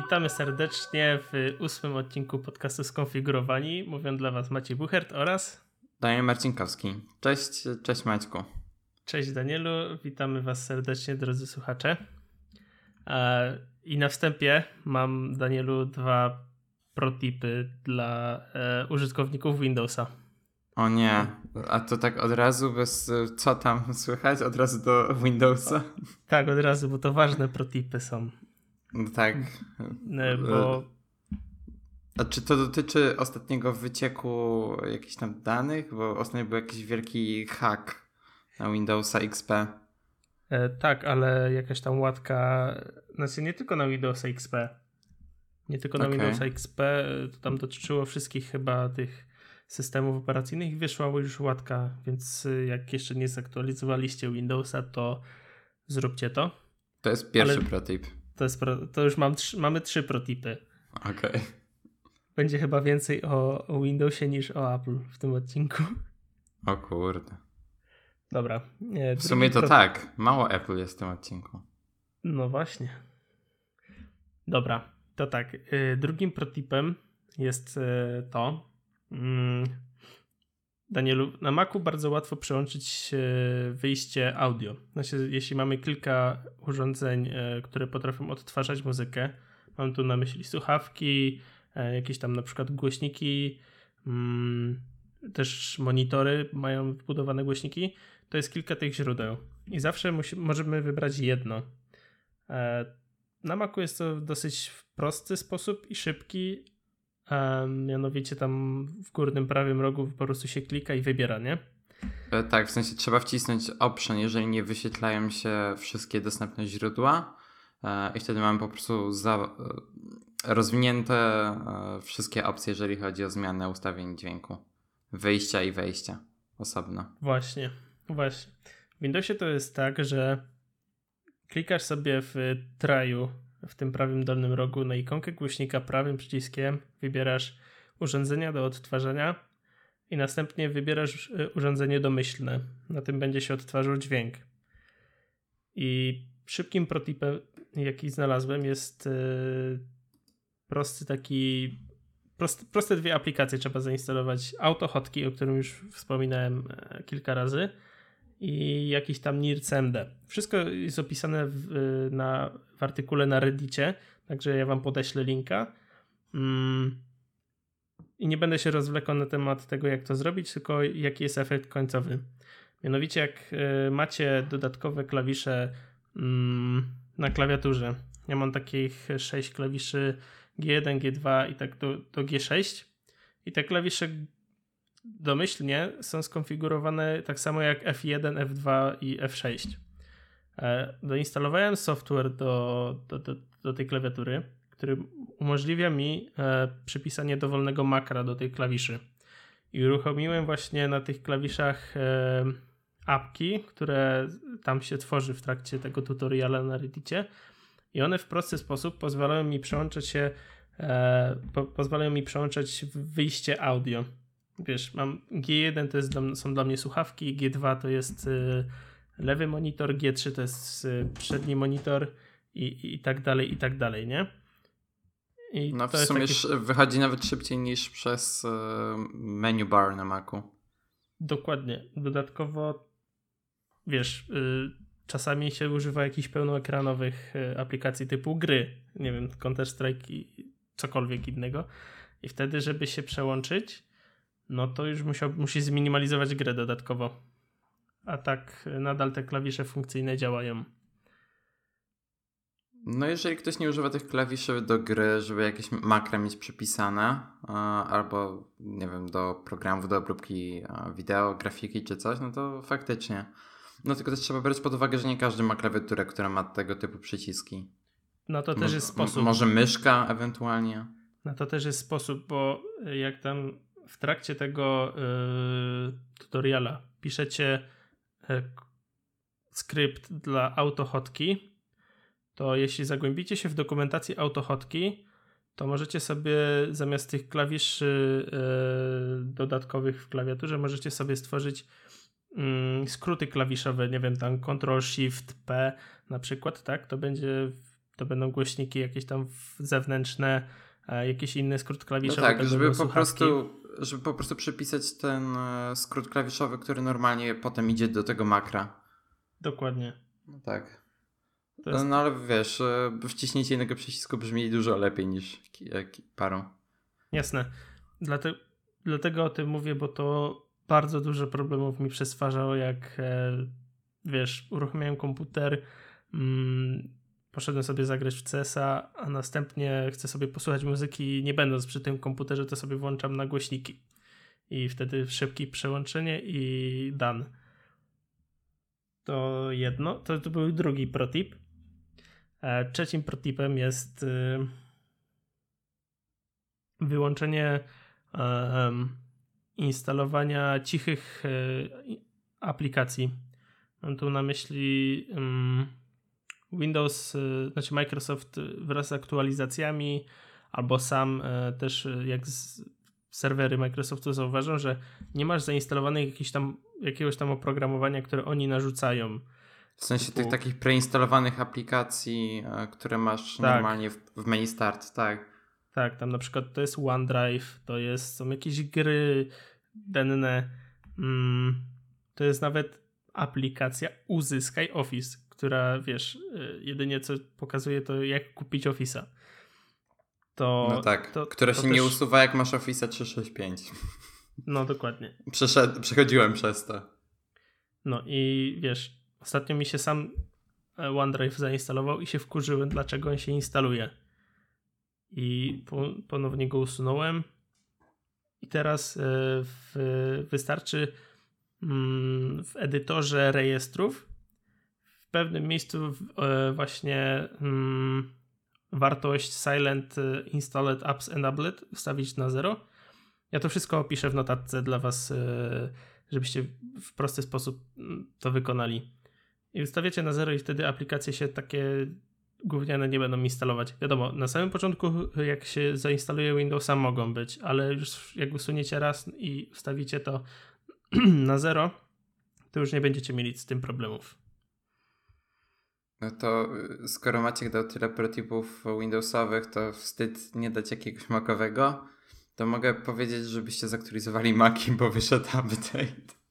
Witamy serdecznie w 8. odcinku podcastu Skonfigurowani. Mówią dla Was Maciej Buchert oraz Daniel Marcinkowski. Cześć Maćku. Cześć Danielu, witamy Was serdecznie, drodzy słuchacze. I na wstępie mam, Danielu, 2 protipy dla użytkowników Windowsa. O nie, a to tak od razu bez co tam słychać? Od razu do Windowsa? Tak, od razu, bo to ważne protipy są. No tak. Bo... A czy to dotyczy ostatniego wycieku jakichś tam danych? Bo ostatnio był jakiś wielki hack na Windowsa XP. Tak, ale jakaś tam łatka, znaczy nie tylko na Windowsa XP. Nie tylko na Windowsa XP, to tam dotyczyło wszystkich chyba tych systemów operacyjnych. Wyszła już łatka, więc jak jeszcze nie zaktualizowaliście Windowsa, to zróbcie to. To jest pierwszy protip. To już mamy 3 protipy. Okej. Będzie chyba więcej o Windowsie niż o Apple w tym odcinku. O kurde. Dobra. W sumie to tak. Mało Apple jest w tym odcinku. No właśnie. Dobra, to tak. Drugim protipem jest to. Danielu, na Macu bardzo łatwo przełączyć wyjście audio. Znaczy, jeśli mamy kilka urządzeń, które potrafią odtwarzać muzykę, mam tu na myśli słuchawki, jakieś tam na przykład głośniki, też monitory mają wbudowane głośniki, to jest kilka tych źródeł i zawsze możemy wybrać jedno. Na Macu jest to w dosyć prosty sposób i szybki, mianowicie tam w górnym prawym rogu po prostu się klika i wybiera, nie? Tak, w sensie trzeba wcisnąć option, jeżeli nie wyświetlają się wszystkie dostępne źródła i wtedy mamy po prostu rozwinięte wszystkie opcje, jeżeli chodzi o zmianę ustawień dźwięku. Wyjścia i wejścia osobno. Właśnie. W Windowsie to jest tak, że klikasz sobie w traju w tym prawym dolnym rogu na ikonkę głośnika prawym przyciskiem, wybierasz urządzenia do odtwarzania i następnie wybierasz urządzenie domyślne. Na tym będzie się odtwarzał dźwięk. I szybkim protipem, jaki znalazłem, jest proste 2 aplikacje trzeba zainstalować. AutoHotkey, o którym już wspominałem kilka razy, i jakiś tam NIRCMD. Wszystko jest opisane w artykule na Reddicie, także ja wam podeślę linka. I nie będę się rozwlekał na temat tego, jak to zrobić, tylko jaki jest efekt końcowy. Mianowicie, jak macie dodatkowe klawisze na klawiaturze, ja mam takich 6 klawiszy G1, G2 i tak do G6 i te klawisze domyślnie są skonfigurowane tak samo jak F1, F2 i F6. Doinstalowałem software do tej klawiatury, który umożliwia mi przypisanie dowolnego makra do tej klawiszy. I uruchomiłem właśnie na tych klawiszach apki, które tam się tworzy w trakcie tego tutoriala na Reddicie. I one w prosty sposób pozwalają mi przełączać wyjście audio. Wiesz, mam G1 są dla mnie słuchawki, G2 to jest lewy monitor, G3 to jest przedni monitor i tak dalej, nie? I no to w sumie wychodzi nawet szybciej niż przez menu bar na Macu. Dokładnie. Dodatkowo wiesz, czasami się używa jakichś pełnoekranowych aplikacji typu gry, nie wiem, Counter-Strike i cokolwiek innego i wtedy, żeby się przełączyć, no to już musi zminimalizować grę dodatkowo. A tak nadal te klawisze funkcyjne działają. No jeżeli ktoś nie używa tych klawiszy do gry, żeby jakieś makra mieć przypisane, albo nie wiem, do programów do obróbki wideo, grafiki czy coś, no to faktycznie. No tylko też trzeba brać pod uwagę, że nie każdy ma klawiaturę, która ma tego typu przyciski. No to też jest sposób. Może myszka ewentualnie. No to też jest sposób, bo jak tam w trakcie tego tutoriala piszecie skrypt dla AutoHotkey, to jeśli zagłębicie się w dokumentację AutoHotkey, to możecie sobie zamiast tych klawiszy dodatkowych w klawiaturze, możecie sobie stworzyć skróty klawiszowe, nie wiem, tam Ctrl-Shift-P na przykład, tak? To będzie to będą głośniki jakieś tam zewnętrzne, jakiś inny skrót No klawiszowy. tak, żeby po prostu przypisać ten skrót klawiszowy, który normalnie potem idzie do tego makra. Dokładnie. No tak. Jest... No ale wiesz, wciśnięcie jednego przycisku brzmi dużo lepiej niż parą. Jasne. Dlatego o tym mówię, bo to bardzo dużo problemów mi przysparzało, jak wiesz, uruchomiłem komputer, poszedłem sobie zagrać w CS-a, a następnie chcę sobie posłuchać muzyki, nie będąc przy tym komputerze, to sobie włączam na głośniki. I wtedy szybkie przełączenie i done. To jedno. To był drugi protip. Trzecim protipem jest wyłączenie instalowania cichych aplikacji. Mam tu na myśli Windows, znaczy Microsoft wraz z aktualizacjami, albo sam też jak serwery Microsoftu zauważą, że nie masz zainstalowanych jakiegoś tam oprogramowania, które oni narzucają. W sensie tych takich preinstalowanych aplikacji, które masz normalnie w menu start, tak. Tak, tam na przykład to jest OneDrive, są jakieś gry denne, to jest nawet aplikacja Uzyskaj Office, która wiesz, jedynie co pokazuje to jak kupić Office'a. No tak, która się nie usuwa jak masz Office'a 365. No dokładnie. Przechodziłem przez to. No i wiesz, ostatnio mi się sam OneDrive zainstalował i się wkurzyłem, dlaczego on się instaluje. I ponownie go usunąłem. I teraz wystarczy w edytorze rejestrów w pewnym miejscu właśnie wartość silent installed apps enabled ustawić na 0. Ja to wszystko opiszę w notatce dla was, żebyście w prosty sposób to wykonali. I ustawiacie na 0 i wtedy aplikacje się takie gówniane nie będą instalować. Wiadomo, na samym początku jak się zainstaluje Windowsa mogą być, ale już jak usuniecie raz i ustawicie to na 0, to już nie będziecie mieli z tym problemów. No to skoro Maciek dał tyle protipów Windowsowych, to wstyd nie dać jakiegoś Macowego, to mogę powiedzieć, żebyście zaktualizowali Maci, bo wyszedł update.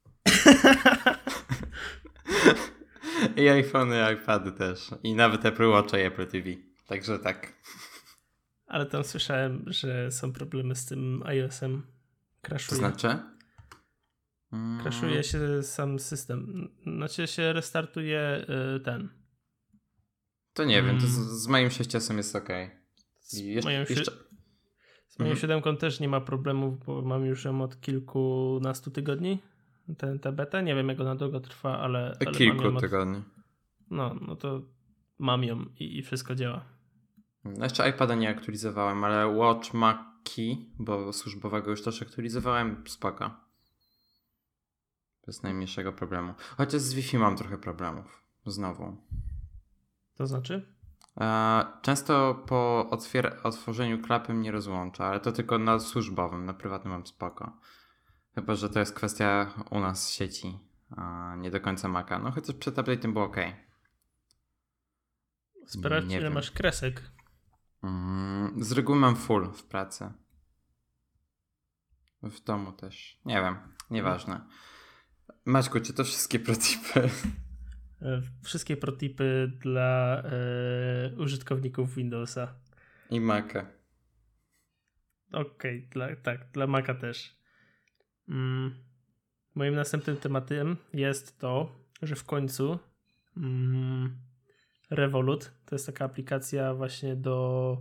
I iPhony, i iPady też. I nawet Apple Watch i Apple TV. Także tak. Ale tam słyszałem, że są problemy z tym iOS-em. Crashuje. To znaczy? Crashuje się sam system. Znaczy się restartuje ten. To nie wiem, to z moim 6S jest ok. Z moją 7 też nie ma problemów, bo mam już ją od kilkunastu tygodni. Ta beta, nie wiem jak ona długo trwa, ale kilku tygodni. No to mam ją i wszystko działa. No jeszcze iPada nie aktualizowałem, ale Watch Maci, bo służbowego już też aktualizowałem, spoko. Bez najmniejszego problemu. Chociaż z Wi-Fi mam trochę problemów. Znowu. To znaczy? Często po otworzeniu klapy mnie rozłącza, ale to tylko na służbowym, na prywatnym mam spoko. Chyba, że to jest kwestia u nas sieci, a nie do końca Maca. No chociaż przed update'em było ok. Sprawdź, ile masz kresek. Z reguły mam full w pracy. W domu też. Nie wiem, nieważne. Maćku, czy to wszystkie protipy? Wszystkie protipy dla użytkowników Windowsa. I Maca. Okej, dla Maca też. Moim następnym tematem jest to, że w końcu Revolut, to jest taka aplikacja właśnie do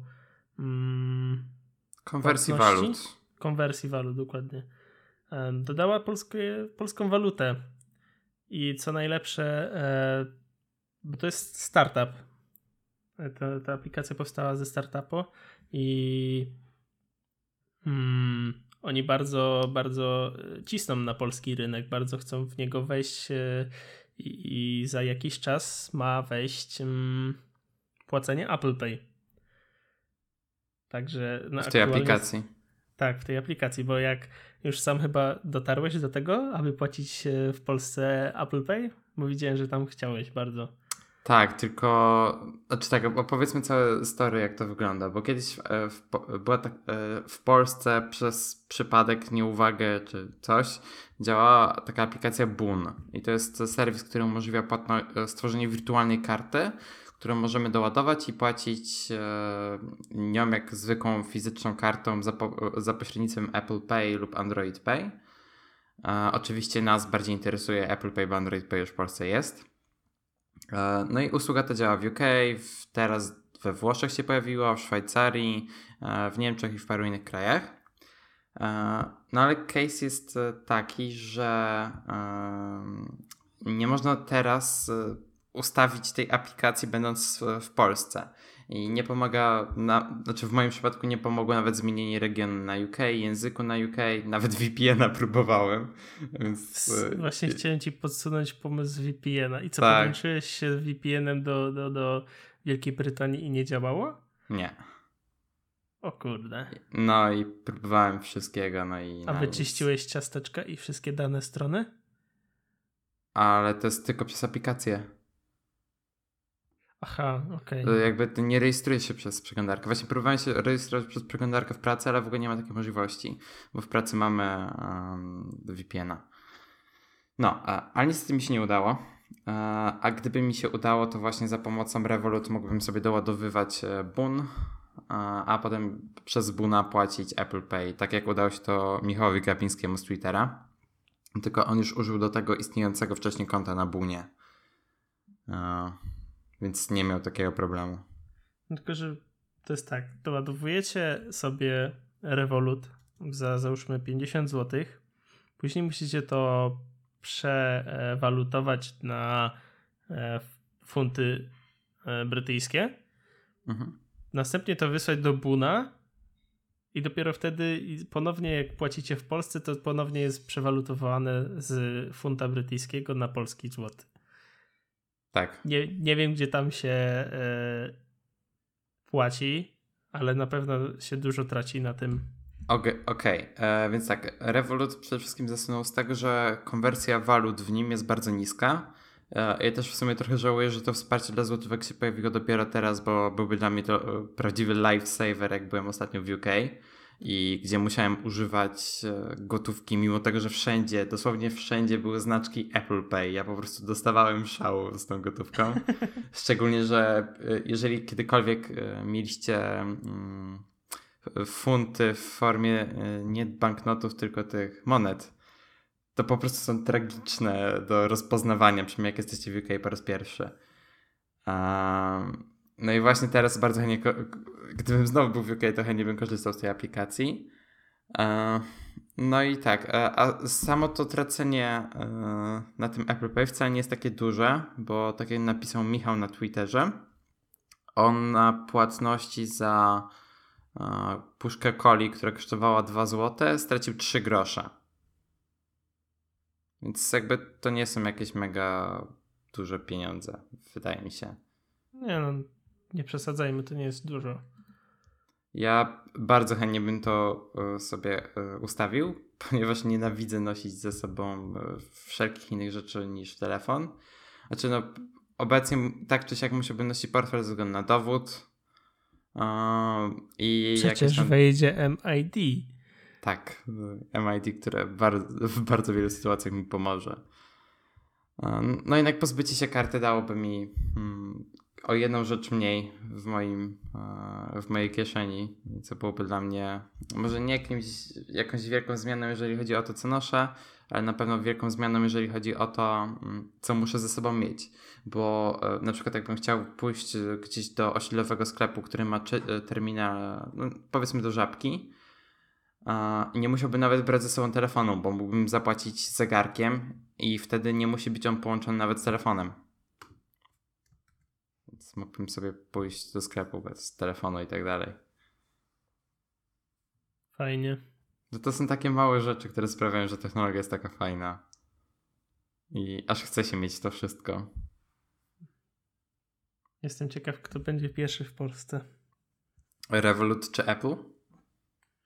konwersji walut. Konwersji walut, dokładnie. Dodała polską walutę. I co najlepsze, bo to jest startup. Ta aplikacja powstała ze startupu i oni bardzo, bardzo cisną na polski rynek, bardzo chcą w niego wejść i za jakiś czas ma wejść płacenie Apple Pay. Także w tej aplikacji. Tak, w tej aplikacji, bo jak już sam chyba dotarłeś do tego, aby płacić w Polsce Apple Pay, bo widziałem, że tam chciałeś bardzo. Tak, tylko, znaczy tak, opowiedzmy całe story, jak to wygląda, bo kiedyś była w Polsce przez przypadek, nieuwagę czy coś, działała taka aplikacja Boon i to jest serwis, który umożliwia stworzenie wirtualnej karty, którą możemy doładować i płacić nią jak zwykłą fizyczną kartą za pośrednictwem Apple Pay lub Android Pay. Oczywiście nas bardziej interesuje Apple Pay, bo Android Pay już w Polsce jest. No i usługa ta działa w UK, teraz we Włoszech się pojawiła, w Szwajcarii, w Niemczech i w paru innych krajach. No ale case jest taki, że nie można teraz ustawić tej aplikacji będąc w Polsce. I nie pomaga, znaczy w moim przypadku nie pomogło nawet zmienienie regionu na UK, języku na UK, nawet VPN-a próbowałem. Więc, Właśnie chciałem ci podsunąć pomysł z VPN-a. I co, tak. podłączyłeś się VPN-em do Wielkiej Brytanii i nie działało? Nie. O kurde. No i próbowałem wszystkiego, no i... A wyczyściłeś ciasteczka i wszystkie dane strony? Ale to jest tylko przez aplikację. Aha, okej. Jakby to nie rejestruje się przez przeglądarkę. Właśnie próbowałem się rejestrować przez przeglądarkę w pracy, ale w ogóle nie ma takiej możliwości, bo w pracy mamy VPN-a. No, ale niestety mi się nie udało. A gdyby mi się udało, to właśnie za pomocą Revolut mógłbym sobie doładowywać Boon, a potem przez Boona płacić Apple Pay, tak jak udało się to Michałowi Gapińskiemu z Twittera. Tylko on już użył do tego istniejącego wcześniej konta na Boonie. Więc nie miał takiego problemu. Tylko, że to jest tak, doładowujecie sobie Revolut za załóżmy 50 zł, później musicie to przewalutować na funty brytyjskie, następnie to wysłać do Boona i dopiero wtedy ponownie jak płacicie w Polsce, to ponownie jest przewalutowane z funta brytyjskiego na polski złoty. Tak. Nie wiem, gdzie tam się płaci, ale na pewno się dużo traci na tym. Okej. Więc tak, Revolut przede wszystkim zasunął z tego, że konwersja walut w nim jest bardzo niska. Ja też w sumie trochę żałuję, że to wsparcie dla złotówek się pojawiło dopiero teraz, bo byłby dla mnie to prawdziwy lifesaver, jak byłem ostatnio w UK i gdzie musiałem używać gotówki, mimo tego, że wszędzie, dosłownie wszędzie były znaczki Apple Pay. Ja po prostu dostawałem szału z tą gotówką. Szczególnie, że jeżeli kiedykolwiek mieliście funty w formie nie banknotów, tylko tych monet, to po prostu są tragiczne do rozpoznawania, przynajmniej jak jesteście w UK po raz pierwszy. No i właśnie teraz bardzo chętnie, gdybym znowu był w UK, to chętnie bym korzystał z tej aplikacji. No i tak, a samo to tracenie na tym Apple Pay wcale nie jest takie duże, bo tak jak napisał Michał na Twitterze, on na płatności za puszkę coli, która kosztowała 2 zł, stracił 3 grosze. Więc jakby to nie są jakieś mega duże pieniądze, wydaje mi się. Nie no, nie przesadzajmy, to nie jest dużo. Ja bardzo chętnie bym to sobie ustawił, ponieważ nienawidzę nosić ze sobą wszelkich innych rzeczy niż telefon. Znaczy no, obecnie tak czy siak musiałbym nosić portfel ze względu na dowód. I Przecież tam... wejdzie MID. Tak, MID, które w bardzo wielu sytuacjach mi pomoże. No jednak pozbycie się karty dałoby mi o jedną rzecz mniej w mojej kieszeni, co byłoby dla mnie może nie jakąś wielką zmianą, jeżeli chodzi o to, co noszę, ale na pewno wielką zmianą, jeżeli chodzi o to, co muszę ze sobą mieć. Bo na przykład jakbym chciał pójść gdzieś do osiedlowego sklepu, który ma terminal, no, powiedzmy do Żabki, nie musiałbym nawet brać ze sobą telefonu, bo mógłbym zapłacić zegarkiem i wtedy nie musi być on połączony nawet z telefonem. Więc mógłbym sobie pójść do sklepu bez telefonu i tak dalej. Fajnie. To są takie małe rzeczy, które sprawiają, że technologia jest taka fajna. I aż chce się mieć to wszystko. Jestem ciekaw, kto będzie pierwszy w Polsce. Revolut czy Apple?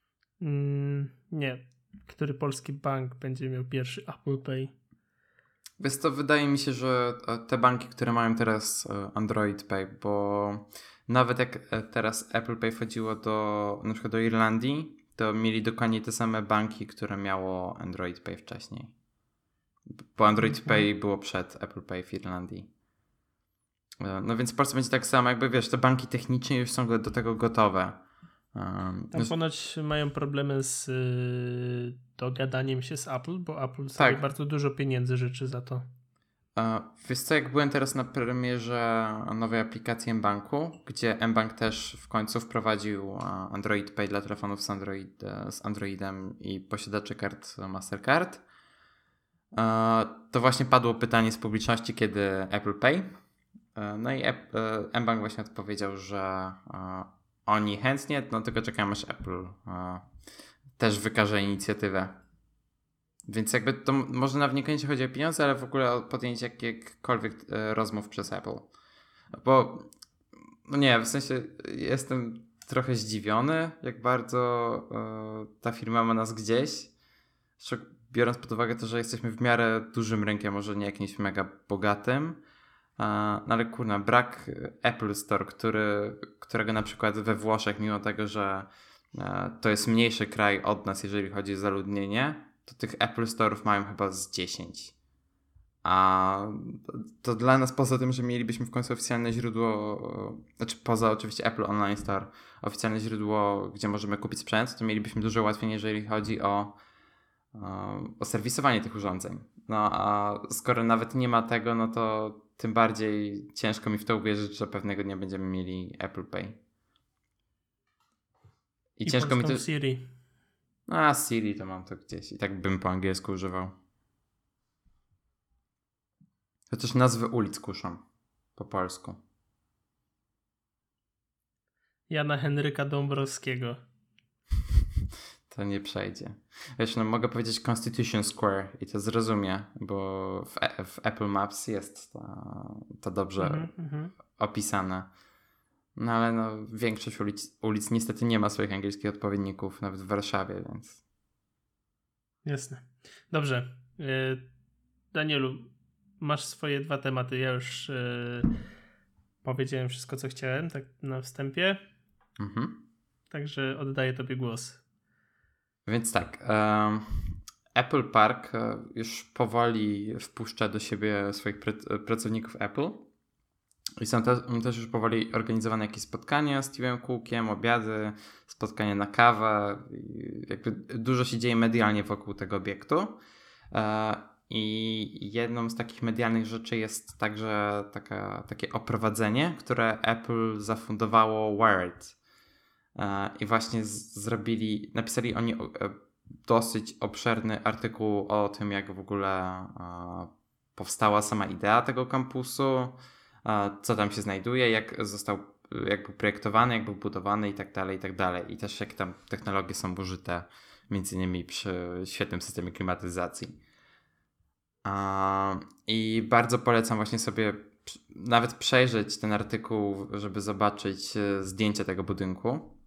Nie. Który polski bank będzie miał pierwszy Apple Pay? Więc to wydaje mi się, że te banki, które mają teraz Android Pay, bo nawet jak teraz Apple Pay wchodziło na przykład do Irlandii, to mieli dokładnie te same banki, które miało Android Pay wcześniej. Bo Android Pay było przed Apple Pay w Irlandii. No więc w Polsce będzie tak samo, jakby wiesz, te banki technicznie już są do tego gotowe. Tam ponoć mają problemy z dogadaniem się z Apple, bo Apple sobie Tak. bardzo dużo pieniędzy życzy za to. Wiesz co, jak byłem teraz na premierze nowej aplikacji mBanku, gdzie mBank też w końcu wprowadził Android Pay dla telefonów z Androidem i posiadaczy kart Mastercard, to właśnie padło pytanie z publiczności, kiedy Apple Pay. No i mBank właśnie odpowiedział, że oni chętnie, no tylko czekają aż Apple też wykaże inicjatywę. Więc jakby to może nawet niekoniecznie chodzi o pieniądze, ale w ogóle o podjęcie jakichkolwiek rozmów przez Apple. Bo, no nie, w sensie jestem trochę zdziwiony, jak bardzo ta firma ma nas gdzieś. Biorąc pod uwagę to, że jesteśmy w miarę dużym rynkiem, może nie jakimś mega bogatym. No ale kurna, brak Apple Store, którego na przykład we Włoszech, mimo tego, że to jest mniejszy kraj od nas, jeżeli chodzi o zaludnienie, to tych Apple Store'ów mają chyba z 10. A to dla nas, poza tym, że mielibyśmy w końcu oficjalne źródło, znaczy poza oczywiście Apple Online Store, oficjalne źródło, gdzie możemy kupić sprzęt, to mielibyśmy dużo łatwiej, jeżeli chodzi o serwisowanie tych urządzeń. No a skoro nawet nie ma tego, no to tym bardziej ciężko mi w to uwierzyć, że pewnego dnia będziemy mieli Apple Pay. I ciężko mi to... Siri. A Siri to mam to gdzieś. I tak bym po angielsku używał. Chociaż nazwy ulic kuszą po polsku. Jana Henryka Dąbrowskiego. To nie przejdzie. Wiesz, no mogę powiedzieć Constitution Square i to zrozumie, bo w Apple Maps jest to dobrze opisane. No ale no, większość ulic niestety nie ma swoich angielskich odpowiedników, nawet w Warszawie, więc... Jasne. Dobrze. Danielu, masz swoje 2 tematy. Ja już powiedziałem wszystko, co chciałem, tak na wstępie. Także oddaję tobie głos. Więc tak. Apple Park już powoli wpuszcza do siebie swoich pracowników Apple. I są też już powoli organizowane jakieś spotkania z Timem Cookiem, obiady, spotkania na kawę. Jakby dużo się dzieje medialnie wokół tego obiektu. I jedną z takich medialnych rzeczy jest także takie oprowadzenie, które Apple zafundowało Wired. I właśnie napisali oni dosyć obszerny artykuł o tym, jak w ogóle powstała sama idea tego kampusu, co tam się znajduje, jak był projektowany, jak był budowany i tak dalej, i tak dalej. I też jak tam technologie są użyte, między innymi przy świetnym systemie klimatyzacji. I bardzo polecam właśnie sobie nawet przejrzeć ten artykuł, żeby zobaczyć zdjęcie tego budynku.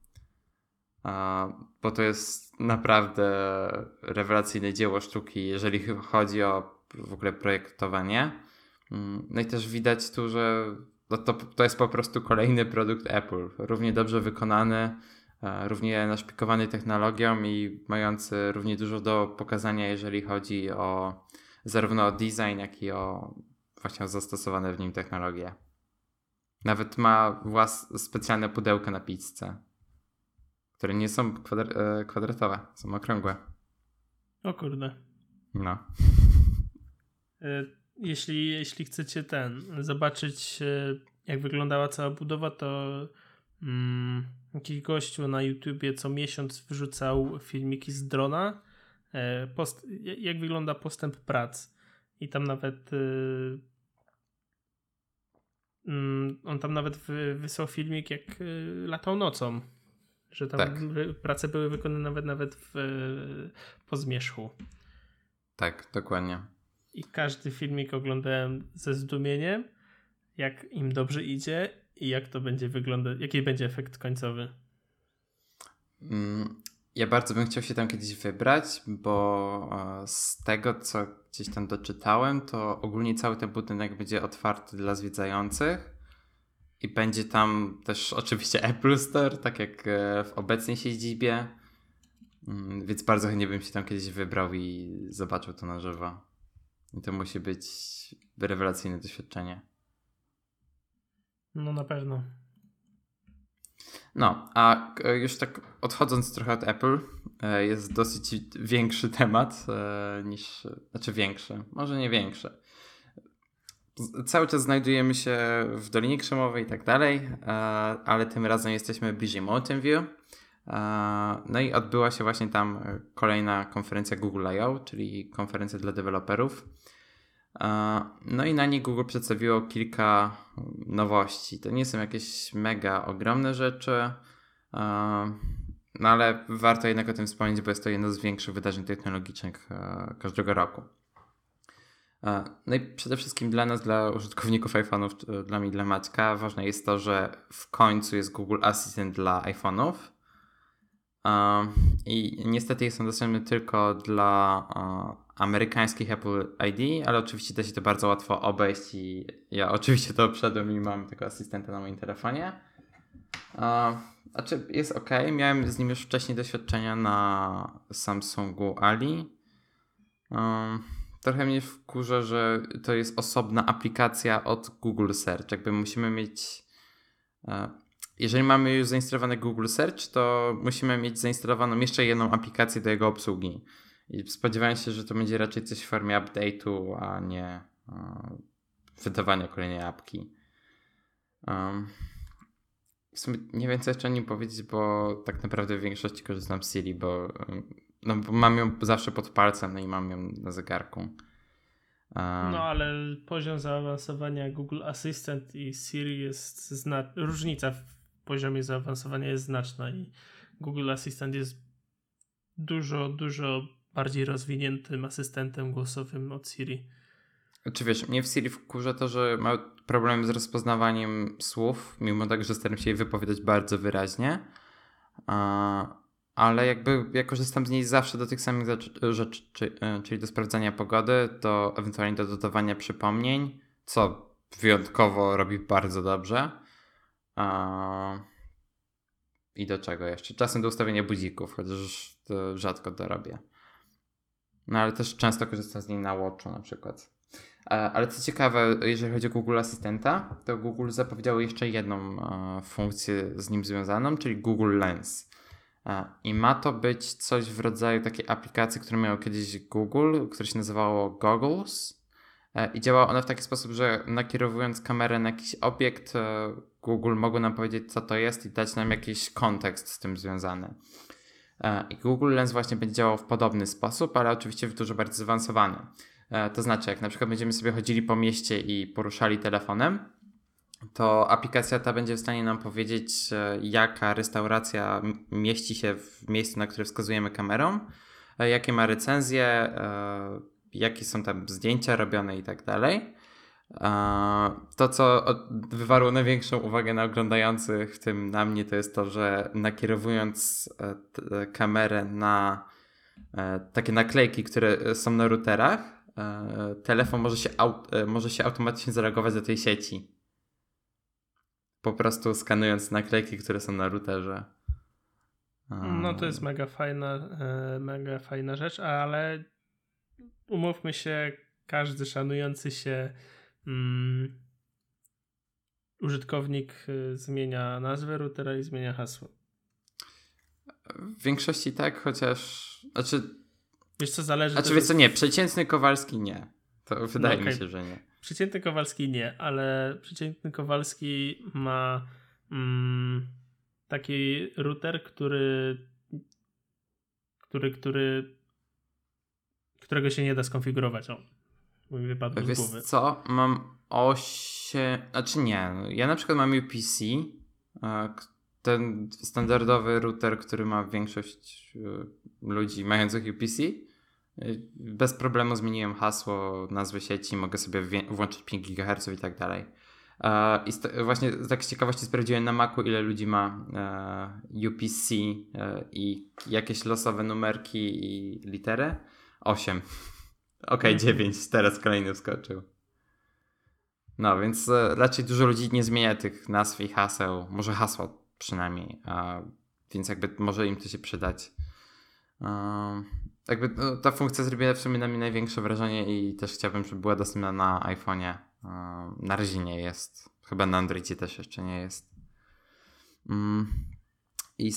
Bo to jest naprawdę rewelacyjne dzieło sztuki, jeżeli chodzi o w ogóle projektowanie. No i też widać tu, że to jest po prostu kolejny produkt Apple. Równie dobrze wykonany, równie naszpikowany technologią i mający równie dużo do pokazania, jeżeli chodzi zarówno o design, jak i właśnie o zastosowane w nim technologie. Nawet ma specjalne pudełka na pizzę, które nie są kwadratowe, są okrągłe. O kurde. No. Jeśli chcecie zobaczyć, jak wyglądała cała budowa, to jakiś gościu na YouTubie co miesiąc wrzucał filmiki z drona, jak wygląda postęp prac. I tam nawet on tam nawet wysłał filmik, jak latał nocą. Że tam prace były wykonane nawet po zmierzchu. Tak, dokładnie. I każdy filmik oglądałem ze zdumieniem, jak im dobrze idzie i jak to będzie wyglądać, jaki będzie efekt końcowy. Ja bardzo bym chciał się tam kiedyś wybrać, bo z tego, co gdzieś tam doczytałem, to ogólnie cały ten budynek będzie otwarty dla zwiedzających i będzie tam też oczywiście Apple Store, tak jak w obecnej siedzibie, więc bardzo chętnie bym się tam kiedyś wybrał i zobaczył to na żywo. I to musi być rewelacyjne doświadczenie. No na pewno. No, a już tak odchodząc trochę od Apple, jest dosyć większy temat znaczy większy, może nie większy. Cały czas znajdujemy się w Dolinie Krzemowej i tak dalej, ale tym razem jesteśmy bliżej Mountain View. No i odbyła się właśnie tam kolejna konferencja Google I.O., czyli konferencja dla deweloperów. No i na niej Google przedstawiło kilka nowości. To nie są jakieś mega ogromne rzeczy, no ale warto jednak o tym wspomnieć, bo jest to jedno z większych wydarzeń technologicznych każdego roku. No i przede wszystkim dla nas, dla użytkowników iPhone'ów, dla mnie, dla Maćka, ważne jest to, że w końcu jest Google Assistant dla iPhone'ów. I niestety jest on dostępny tylko dla amerykańskich Apple ID, ale oczywiście da się to bardzo łatwo obejść i ja oczywiście to obszedłem i mam tego asystenta na moim telefonie. Znaczy jest ok, miałem z nim już wcześniej doświadczenia na Samsungu Ali. Trochę mnie wkurza, że to jest osobna aplikacja od Google Search. Jakby musimy mieć... Jeżeli mamy już zainstalowany Google Search, to musimy mieć zainstalowaną jeszcze jedną aplikację do jego obsługi. I spodziewałem się, że to będzie raczej coś w formie update'u, a nie wydawania kolejnej apki. W sumie nie wiem, co jeszcze o nim powiedzieć, bo tak naprawdę w większości korzystam z Siri, bo mam ją zawsze pod palcem, no i mam ją na zegarku. No ale poziom zaawansowania Google Assistant i Siri jest różnica w poziomie zaawansowania jest znaczna i Google Assistant jest dużo bardziej rozwiniętym asystentem głosowym od Siri. Czy wiesz, mnie w Siri wkurza to, że ma problem z rozpoznawaniem słów, mimo tak, że staram się je wypowiadać bardzo wyraźnie, ale jakby ja korzystam z niej zawsze do tych samych rzeczy, czyli do sprawdzania pogody, do ewentualnie do dodawania przypomnień, co wyjątkowo robi bardzo dobrze. I do czego jeszcze? Czasem do ustawienia budzików, chociaż to rzadko to robię. No ale też często korzystam z niej na Watchu na przykład. Ale co ciekawe, jeżeli chodzi o Google Asystenta, to Google zapowiedziało jeszcze jedną funkcję z nim związaną, czyli Google Lens. I ma to być coś w rodzaju takiej aplikacji, którą miał kiedyś Google, które się nazywało Goggles. I działa ona w taki sposób, że nakierowując kamerę na jakiś obiekt, Google mogło nam powiedzieć, co to jest i dać nam jakiś kontekst z tym związany. I Google Lens właśnie będzie działał w podobny sposób, ale oczywiście w dużo bardziej zaawansowany. To znaczy, jak na przykład będziemy sobie chodzili po mieście i poruszali telefonem, to aplikacja ta będzie w stanie nam powiedzieć, jaka restauracja mieści się w miejscu, na które wskazujemy kamerą, jakie ma recenzje, jakie są tam zdjęcia robione i tak dalej. To, co wywarło największą uwagę na oglądających, w tym na mnie, to jest to, że nakierowując kamerę na takie naklejki, które są na routerach, telefon może się automatycznie zareagować do tej sieci. Po prostu skanując naklejki, które są na routerze. No to jest mega fajna rzecz, ale umówmy się, każdy szanujący się użytkownik zmienia nazwę routera i zmienia hasło. W większości tak, chociaż... Wiesz co, zależy... wiesz co, nie, przeciętny Kowalski nie. To wydaje mi się, że nie. Przeciętny Kowalski nie, ale przeciętny Kowalski ma taki router, którego się nie da skonfigurować. Mi wypadło z głowy. Wiesz co, mam 8... nie, ja na przykład mam UPC, ten standardowy router, który ma większość ludzi mających UPC. Bez problemu zmieniłem hasło, nazwę sieci, mogę sobie włączyć 5 GHz i tak dalej. Właśnie tak z ciekawości sprawdziłem na Macu, ile ludzi ma UPC i jakieś losowe numerki i litery. 8. Okej, 9. Teraz kolejny wskoczył. No, więc raczej dużo ludzi nie zmienia tych nazw i haseł. Może hasła przynajmniej. Więc jakby może im to się przydać. Jakby ta funkcja zrobiła w sumie na mnie największe wrażenie i też chciałbym, żeby była dostępna na iPhone'ie. Na razie nie jest. Chyba na Androidzie też jeszcze nie jest. I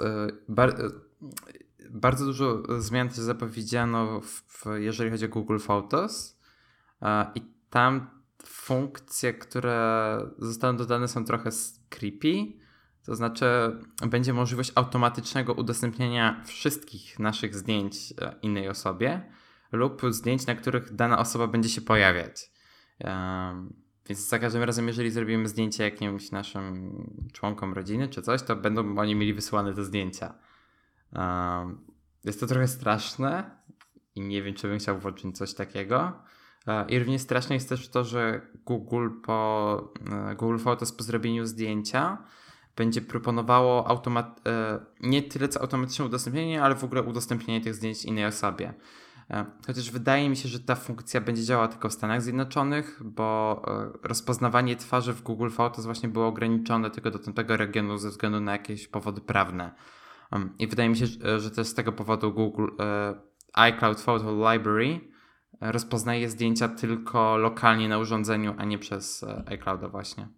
bardzo dużo zmian też zapowiedziano jeżeli chodzi o Google Photos. I tam funkcje, które zostaną dodane, są trochę creepy. To znaczy będzie możliwość automatycznego udostępniania wszystkich naszych zdjęć innej osobie lub zdjęć, na których dana osoba będzie się pojawiać. Więc za każdym razem, jeżeli zrobimy zdjęcie jakimś naszym członkom rodziny czy coś, to będą oni mieli wysłane te zdjęcia. Jest to trochę straszne i nie wiem, czy bym chciał włączyć coś takiego. I równie straszne jest też to, że Google Photos po zrobieniu zdjęcia będzie proponowało nie tyle co automatyczne udostępnienie, ale w ogóle udostępnienie tych zdjęć innej osobie. Chociaż wydaje mi się, że ta funkcja będzie działała tylko w Stanach Zjednoczonych, bo rozpoznawanie twarzy w Google Photos właśnie było ograniczone tylko do tamtego regionu ze względu na jakieś powody prawne. I wydaje mi się, że też z tego powodu iCloud Photo Library rozpoznaje zdjęcia tylko lokalnie na urządzeniu, a nie przez iClouda właśnie.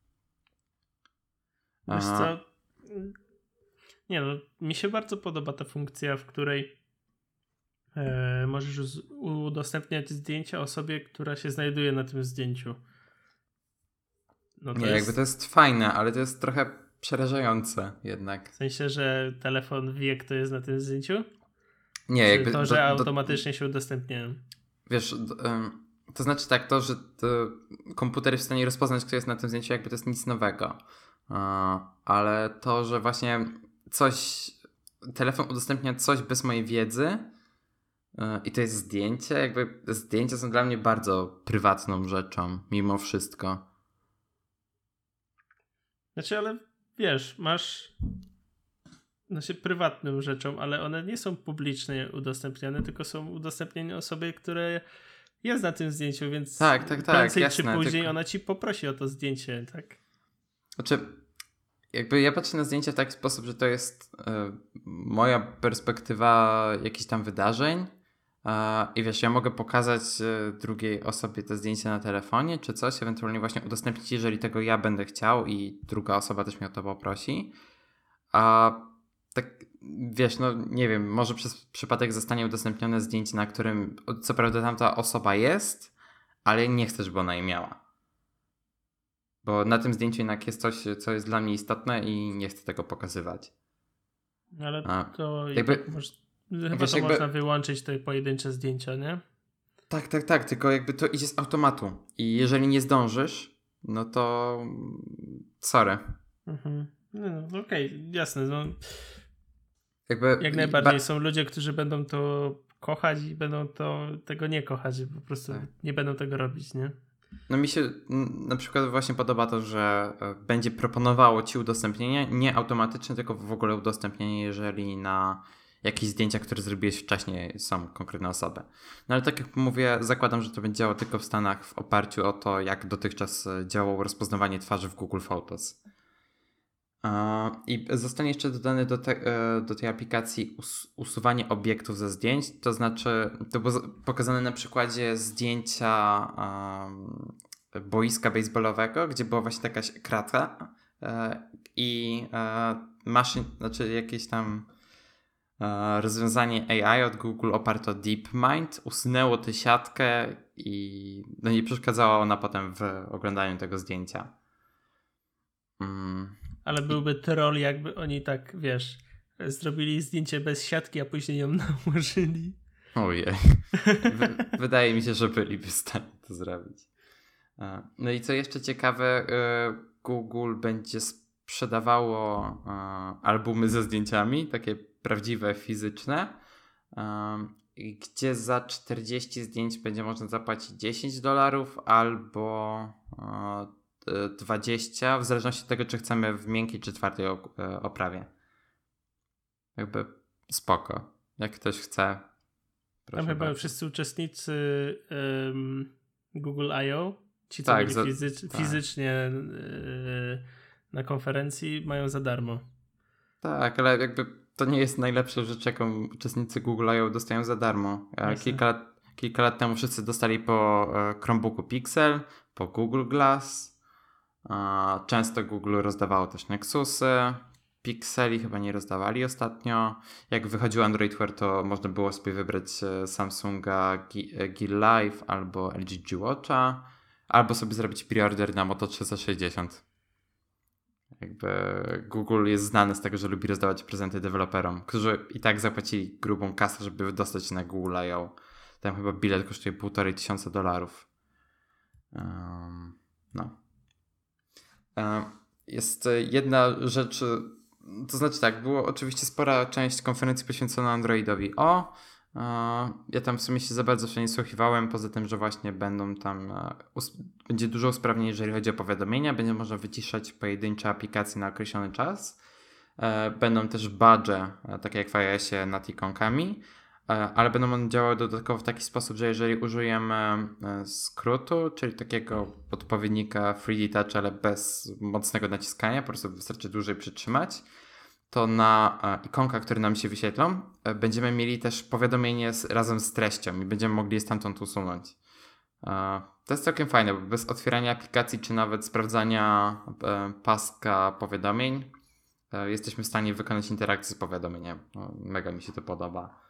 Wiesz co? Nie no, mi się bardzo podoba ta funkcja, w której możesz udostępniać zdjęcia osobie, która się znajduje na tym zdjęciu. No to jakby to jest fajne, ale to jest trochę przerażające jednak. W sensie, że telefon wie, kto jest na tym zdjęciu? Nie, czy jakby to, że automatycznie się udostępniają? Wiesz, to znaczy tak, to, że komputer jest w stanie rozpoznać, kto jest na tym zdjęciu, jakby to jest nic nowego. Ale to, że właśnie telefon udostępnia coś bez mojej wiedzy i to jest zdjęcie, jakby zdjęcia są dla mnie bardzo prywatną rzeczą, mimo wszystko. Znaczy, ale wiesz, prywatną rzeczą, ale one nie są publicznie udostępniane, tylko są udostępniane osobie, które jest na tym zdjęciu, więc prędzej jasne, czy później ona ci poprosi o to zdjęcie, tak? Znaczy, jakby ja patrzę na zdjęcia w taki sposób, że to jest moja perspektywa jakichś tam wydarzeń i wiesz, ja mogę pokazać drugiej osobie te zdjęcia na telefonie czy coś, ewentualnie właśnie udostępnić, jeżeli tego ja będę chciał i druga osoba też mnie o to poprosi. A tak, wiesz, no nie wiem, może przez przypadek zostanie udostępnione zdjęcie, na którym co prawda tamta osoba jest, ale nie chcę, żeby ona je miała. Bo na tym zdjęciu jednak jest coś, co jest dla mnie istotne i nie chcę tego pokazywać. Ale to jakby, chyba to można wyłączyć te pojedyncze zdjęcia, nie? Tak, tylko jakby to idzie z automatu. I jeżeli nie zdążysz, no to sorry. No, okej, jasne. No. Jakby jak najbardziej są ludzie, którzy będą to kochać i będą tego nie kochać, po prostu nie będą tego robić, nie? No mi się na przykład właśnie podoba to, że będzie proponowało ci udostępnienie, nie automatyczne, tylko w ogóle udostępnienie, jeżeli na jakieś zdjęcia, które zrobiłeś wcześniej, są konkretne osoby. No ale tak jak mówię, zakładam, że to będzie działało tylko w Stanach w oparciu o to, jak dotychczas działało rozpoznawanie twarzy w Google Photos. I zostanie jeszcze dodane do tej aplikacji usuwanie obiektów ze zdjęć, to znaczy to było pokazane na przykładzie zdjęcia boiska baseballowego, gdzie była właśnie taka kratka i znaczy jakieś tam rozwiązanie AI od Google oparte o DeepMind usunęło tę siatkę i no nie przeszkadzała ona potem w oglądaniu tego zdjęcia. Ale byłby troll, jakby oni tak, wiesz, zrobili zdjęcie bez siatki, a później ją nałożyli. Ojej. Wydaje mi się, że byliby w stanie to zrobić. No i co jeszcze ciekawe, Google będzie sprzedawało albumy ze zdjęciami, takie prawdziwe, fizyczne, gdzie za 40 zdjęć będzie można zapłacić $10 albo 20, w zależności od tego, czy chcemy w miękkiej czy twardej oprawie. Jakby spoko. Jak ktoś chce, proszę Tam chyba bardzo. wszyscy uczestnicy Google I.O., ci co Tak, byli tak. fizycznie na konferencji, mają za darmo. Tak, ale jakby to nie jest najlepsza rzecz, jaką uczestnicy Google I.O. dostają za darmo. Jasne. Kilka lat temu wszyscy dostali po Chromebooku Pixel, po Google Glass. Często Google rozdawało też Nexusy. Pixeli chyba nie rozdawali ostatnio. Jak wychodził Android Wear, to można było sobie wybrać Samsunga Gear Live albo LG G Watcha, albo sobie zrobić preorder na Moto 360. Jakby Google jest znany z tego, że lubi rozdawać prezenty deweloperom, którzy i tak zapłacili grubą kasę, żeby dostać się na Google I.O. Tam chyba bilet kosztuje $1500. No. Jest jedna rzecz, to znaczy tak, było oczywiście spora część konferencji poświęcona Androidowi O. Ja tam w sumie się za bardzo w nie słuchiwałem, poza tym, że właśnie będą tam, będzie dużo usprawnień, jeżeli chodzi o powiadomienia, będzie można wyciszać pojedyncze aplikacje na określony czas. Będą też badge, takie jak w iOSie nad ikonkami, ale będą one działały dodatkowo w taki sposób, że jeżeli użyjemy skrótu, czyli takiego odpowiednika 3D Touch, ale bez mocnego naciskania, po prostu wystarczy dłużej przytrzymać, to na ikonkach, które nam się wyświetlą, będziemy mieli też powiadomienie razem z treścią i będziemy mogli je stamtąd usunąć. To jest całkiem fajne, bo bez otwierania aplikacji czy nawet sprawdzania paska powiadomień jesteśmy w stanie wykonać interakcję z powiadomieniem. Mega mi się to podoba.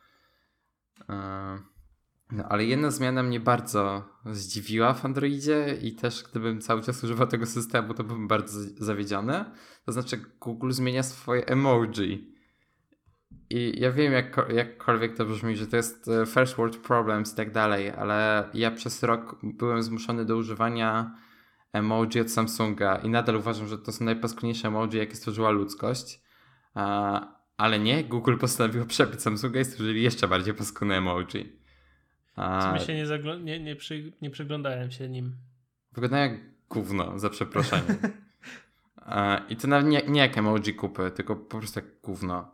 No, ale jedna zmiana mnie bardzo zdziwiła w Androidzie i też gdybym cały czas używał tego systemu, to bym bardzo zawiedziony. To znaczy Google zmienia swoje emoji. I ja wiem, jakkolwiek to brzmi, że to jest first world problems i tak dalej, ale ja przez rok byłem zmuszony do używania emoji od Samsunga i nadal uważam, że to są najpaskudniejsze emoji, jakie stworzyła ludzkość. Ale nie, Google postanowiło przebić Samsunga i stworzyli jeszcze bardziej paskudne emoji. W sumie się nie przyglądałem się nim. Wyglądają jak gówno, za przeproszeniem. I to nawet nie jak emoji kupy, tylko po prostu jak gówno.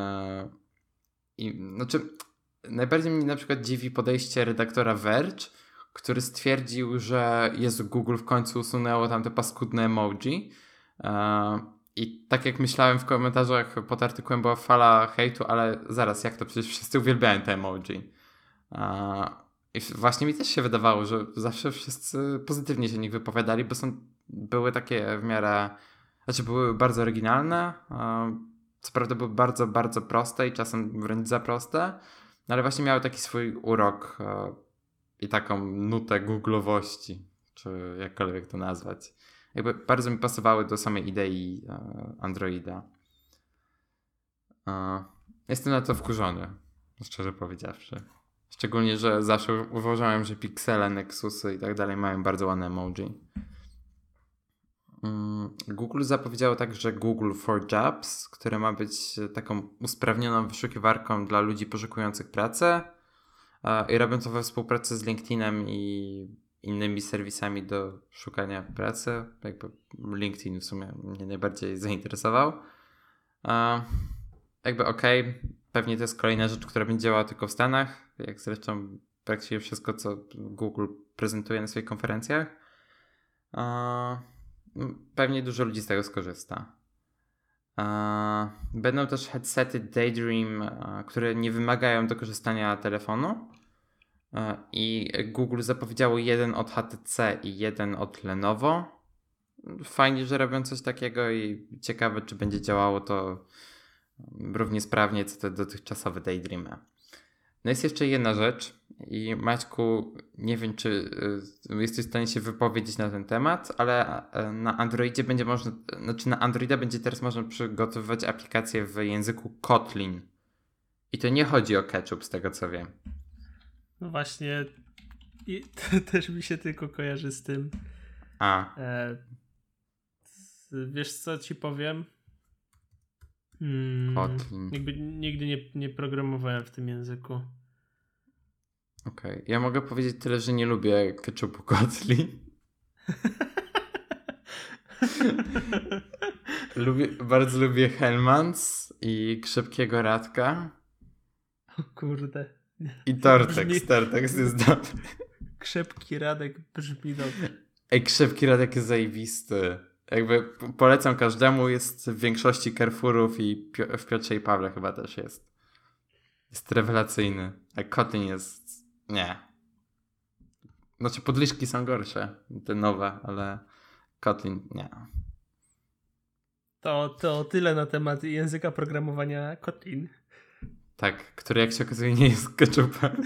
Znaczy, najbardziej mnie na przykład dziwi podejście redaktora Verge, który stwierdził, że Jezu, Google w końcu usunęło tam te paskudne emoji. I tak jak myślałem w komentarzach pod artykułem była fala hejtu, ale zaraz, jak to? Przecież wszyscy uwielbiają te emoji. I właśnie mi też się wydawało, że zawsze wszyscy pozytywnie się o nich wypowiadali, bo były takie w miarę, znaczy były bardzo oryginalne, co prawda były bardzo, bardzo proste i czasem wręcz za proste, no ale właśnie miały taki swój urok i taką nutę googlowości, czy jakkolwiek to nazwać. Jakby bardzo mi pasowały do samej idei Androida. Jestem na to wkurzony, szczerze powiedziawszy. Szczególnie, że zawsze uważałem, że Pixele, Nexusy i tak dalej mają bardzo ładne emoji. Google zapowiedziało także Google for Jobs, które ma być taką usprawnioną wyszukiwarką dla ludzi poszukujących pracę i robią to we współpracy z LinkedInem i innymi serwisami do szukania pracy. Jakby LinkedIn w sumie mnie najbardziej zainteresował. Jakby okej, pewnie to jest kolejna rzecz, która będzie działała tylko w Stanach, jak zresztą praktycznie wszystko, co Google prezentuje na swoich konferencjach. Pewnie dużo ludzi z tego skorzysta. Będą też headsety Daydream, które nie wymagają do korzystania telefonu. I Google zapowiedziało jeden od HTC i jeden od Lenovo. Fajnie, że robią coś takiego i ciekawe, czy będzie działało to równie sprawnie, co te dotychczasowe Daydreamy. No jest jeszcze jedna rzecz i Maćku, nie wiem, czy jesteś w stanie się wypowiedzieć na ten temat, ale na Androidzie będzie można, znaczy na Androida będzie teraz można przygotowywać aplikacje w języku Kotlin. I to nie chodzi o ketchup, z tego co wiem. No właśnie, i to też mi się tylko kojarzy z tym. Wiesz co ci powiem? Kotlin. Nigdy nie programowałem w tym języku. Okej. Ja mogę powiedzieć tyle, że nie lubię ketchupu Kotlin. Bardzo lubię Hellmans i Krzepkiego Radka. O kurde. I Tortex jest dobry. Krzepki Radek brzmi dobrze. Ej, Krzepki Radek jest zajebisty. Jakby polecam każdemu, jest w większości Carrefourów i w Piotrze i Pawle chyba też jest. Jest rewelacyjny. A Kotlin jest... Nie. Znaczy podliszki są gorsze, te nowe, ale Kotlin nie. To tyle na temat języka programowania Kotlin. Tak, który jak się okazuje nie jest ketchupem.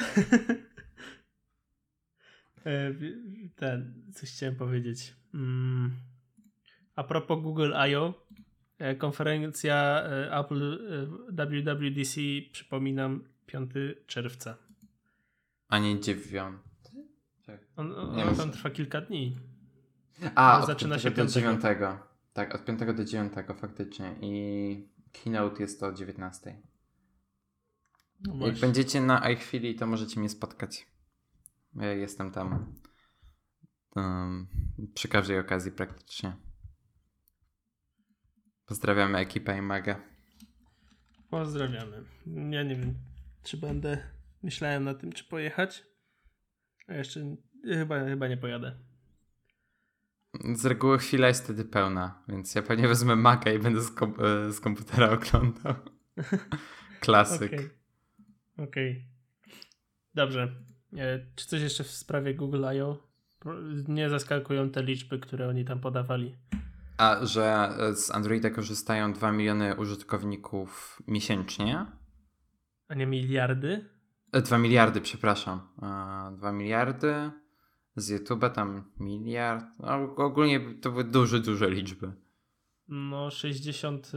Coś chciałem powiedzieć. A propos Google I.O. Konferencja Apple WWDC, przypominam, 5 czerwca. A nie 9. On tam trwa kilka dni. Od zaczyna 5 się do 9. Tak, od 5 do 9 faktycznie. I keynote jest o 19. No jak będziecie na iChwili, to możecie mnie spotkać. Ja jestem tam przy każdej okazji praktycznie. Pozdrawiamy ekipę Imaga. Pozdrawiamy. Ja nie wiem, czy będę... Myślałem na tym, czy pojechać. A jeszcze chyba nie pojadę. Z reguły chwila jest wtedy pełna, więc ja pewnie wezmę Maca i będę z komputera oglądał. Klasyk. Okej. Dobrze. Czy coś jeszcze w sprawie Google I.O.? Nie zaskakują te liczby, które oni tam podawali. A że z Androida korzystają 2 miliony użytkowników miesięcznie? A nie miliardy? 2 miliardy, przepraszam. 2 miliardy. Z YouTube'a tam miliard. Ogólnie to były duże liczby. No 60%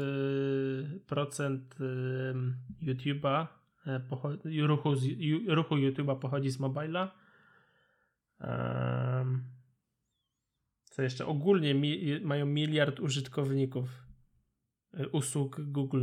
YouTube'a ruchu YouTube'a pochodzi z mobila. Co jeszcze? Ogólnie mają miliard użytkowników usług Google.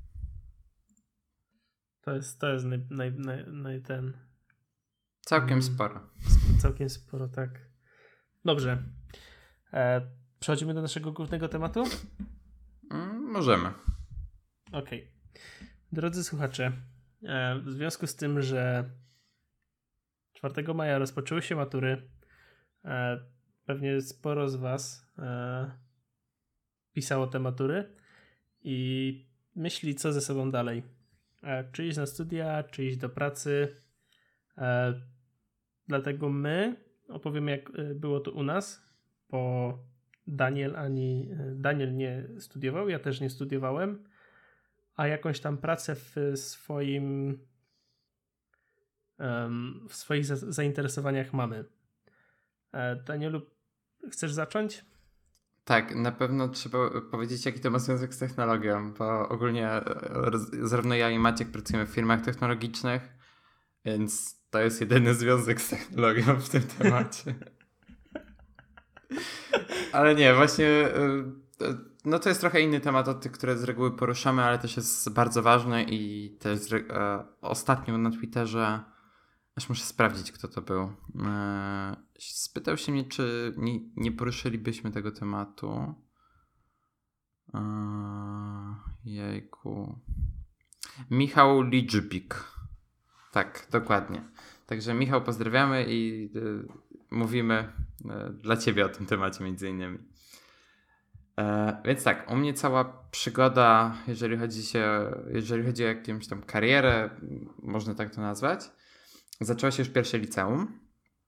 To jest ten. Całkiem sporo. Całkiem sporo, tak. Dobrze. Przechodzimy do naszego głównego tematu? Możemy. Okej. Drodzy słuchacze, w związku z tym, że 4 maja rozpoczęły się matury, pewnie sporo z was pisało te matury i myśli, co ze sobą dalej. Czy iść na studia, czy iść do pracy. Dlatego my opowiemy, jak było to u nas, bo Daniel nie studiował, ja też nie studiowałem, a jakąś tam pracę w swoich zainteresowaniach mamy. Danielu, chcesz zacząć? Tak, na pewno trzeba powiedzieć, jaki to ma związek z technologią, bo ogólnie zarówno ja i Maciek pracujemy w firmach technologicznych, więc to jest jedyny związek z technologią w tym temacie. Ale nie, właśnie no to jest trochę inny temat od tych, które z reguły poruszamy, ale też jest bardzo ważny i też ostatnio na Twitterze, aż muszę sprawdzić, kto to był, spytał się mnie, czy nie poruszylibyśmy tego tematu. Jejku. Michał Liczbik. Tak, dokładnie. Także Michał, pozdrawiamy i mówimy dla ciebie o tym temacie między innymi. Więc tak, u mnie cała przygoda, jeżeli chodzi o jakąś tam karierę, można tak to nazwać, zaczęła się już pierwsze liceum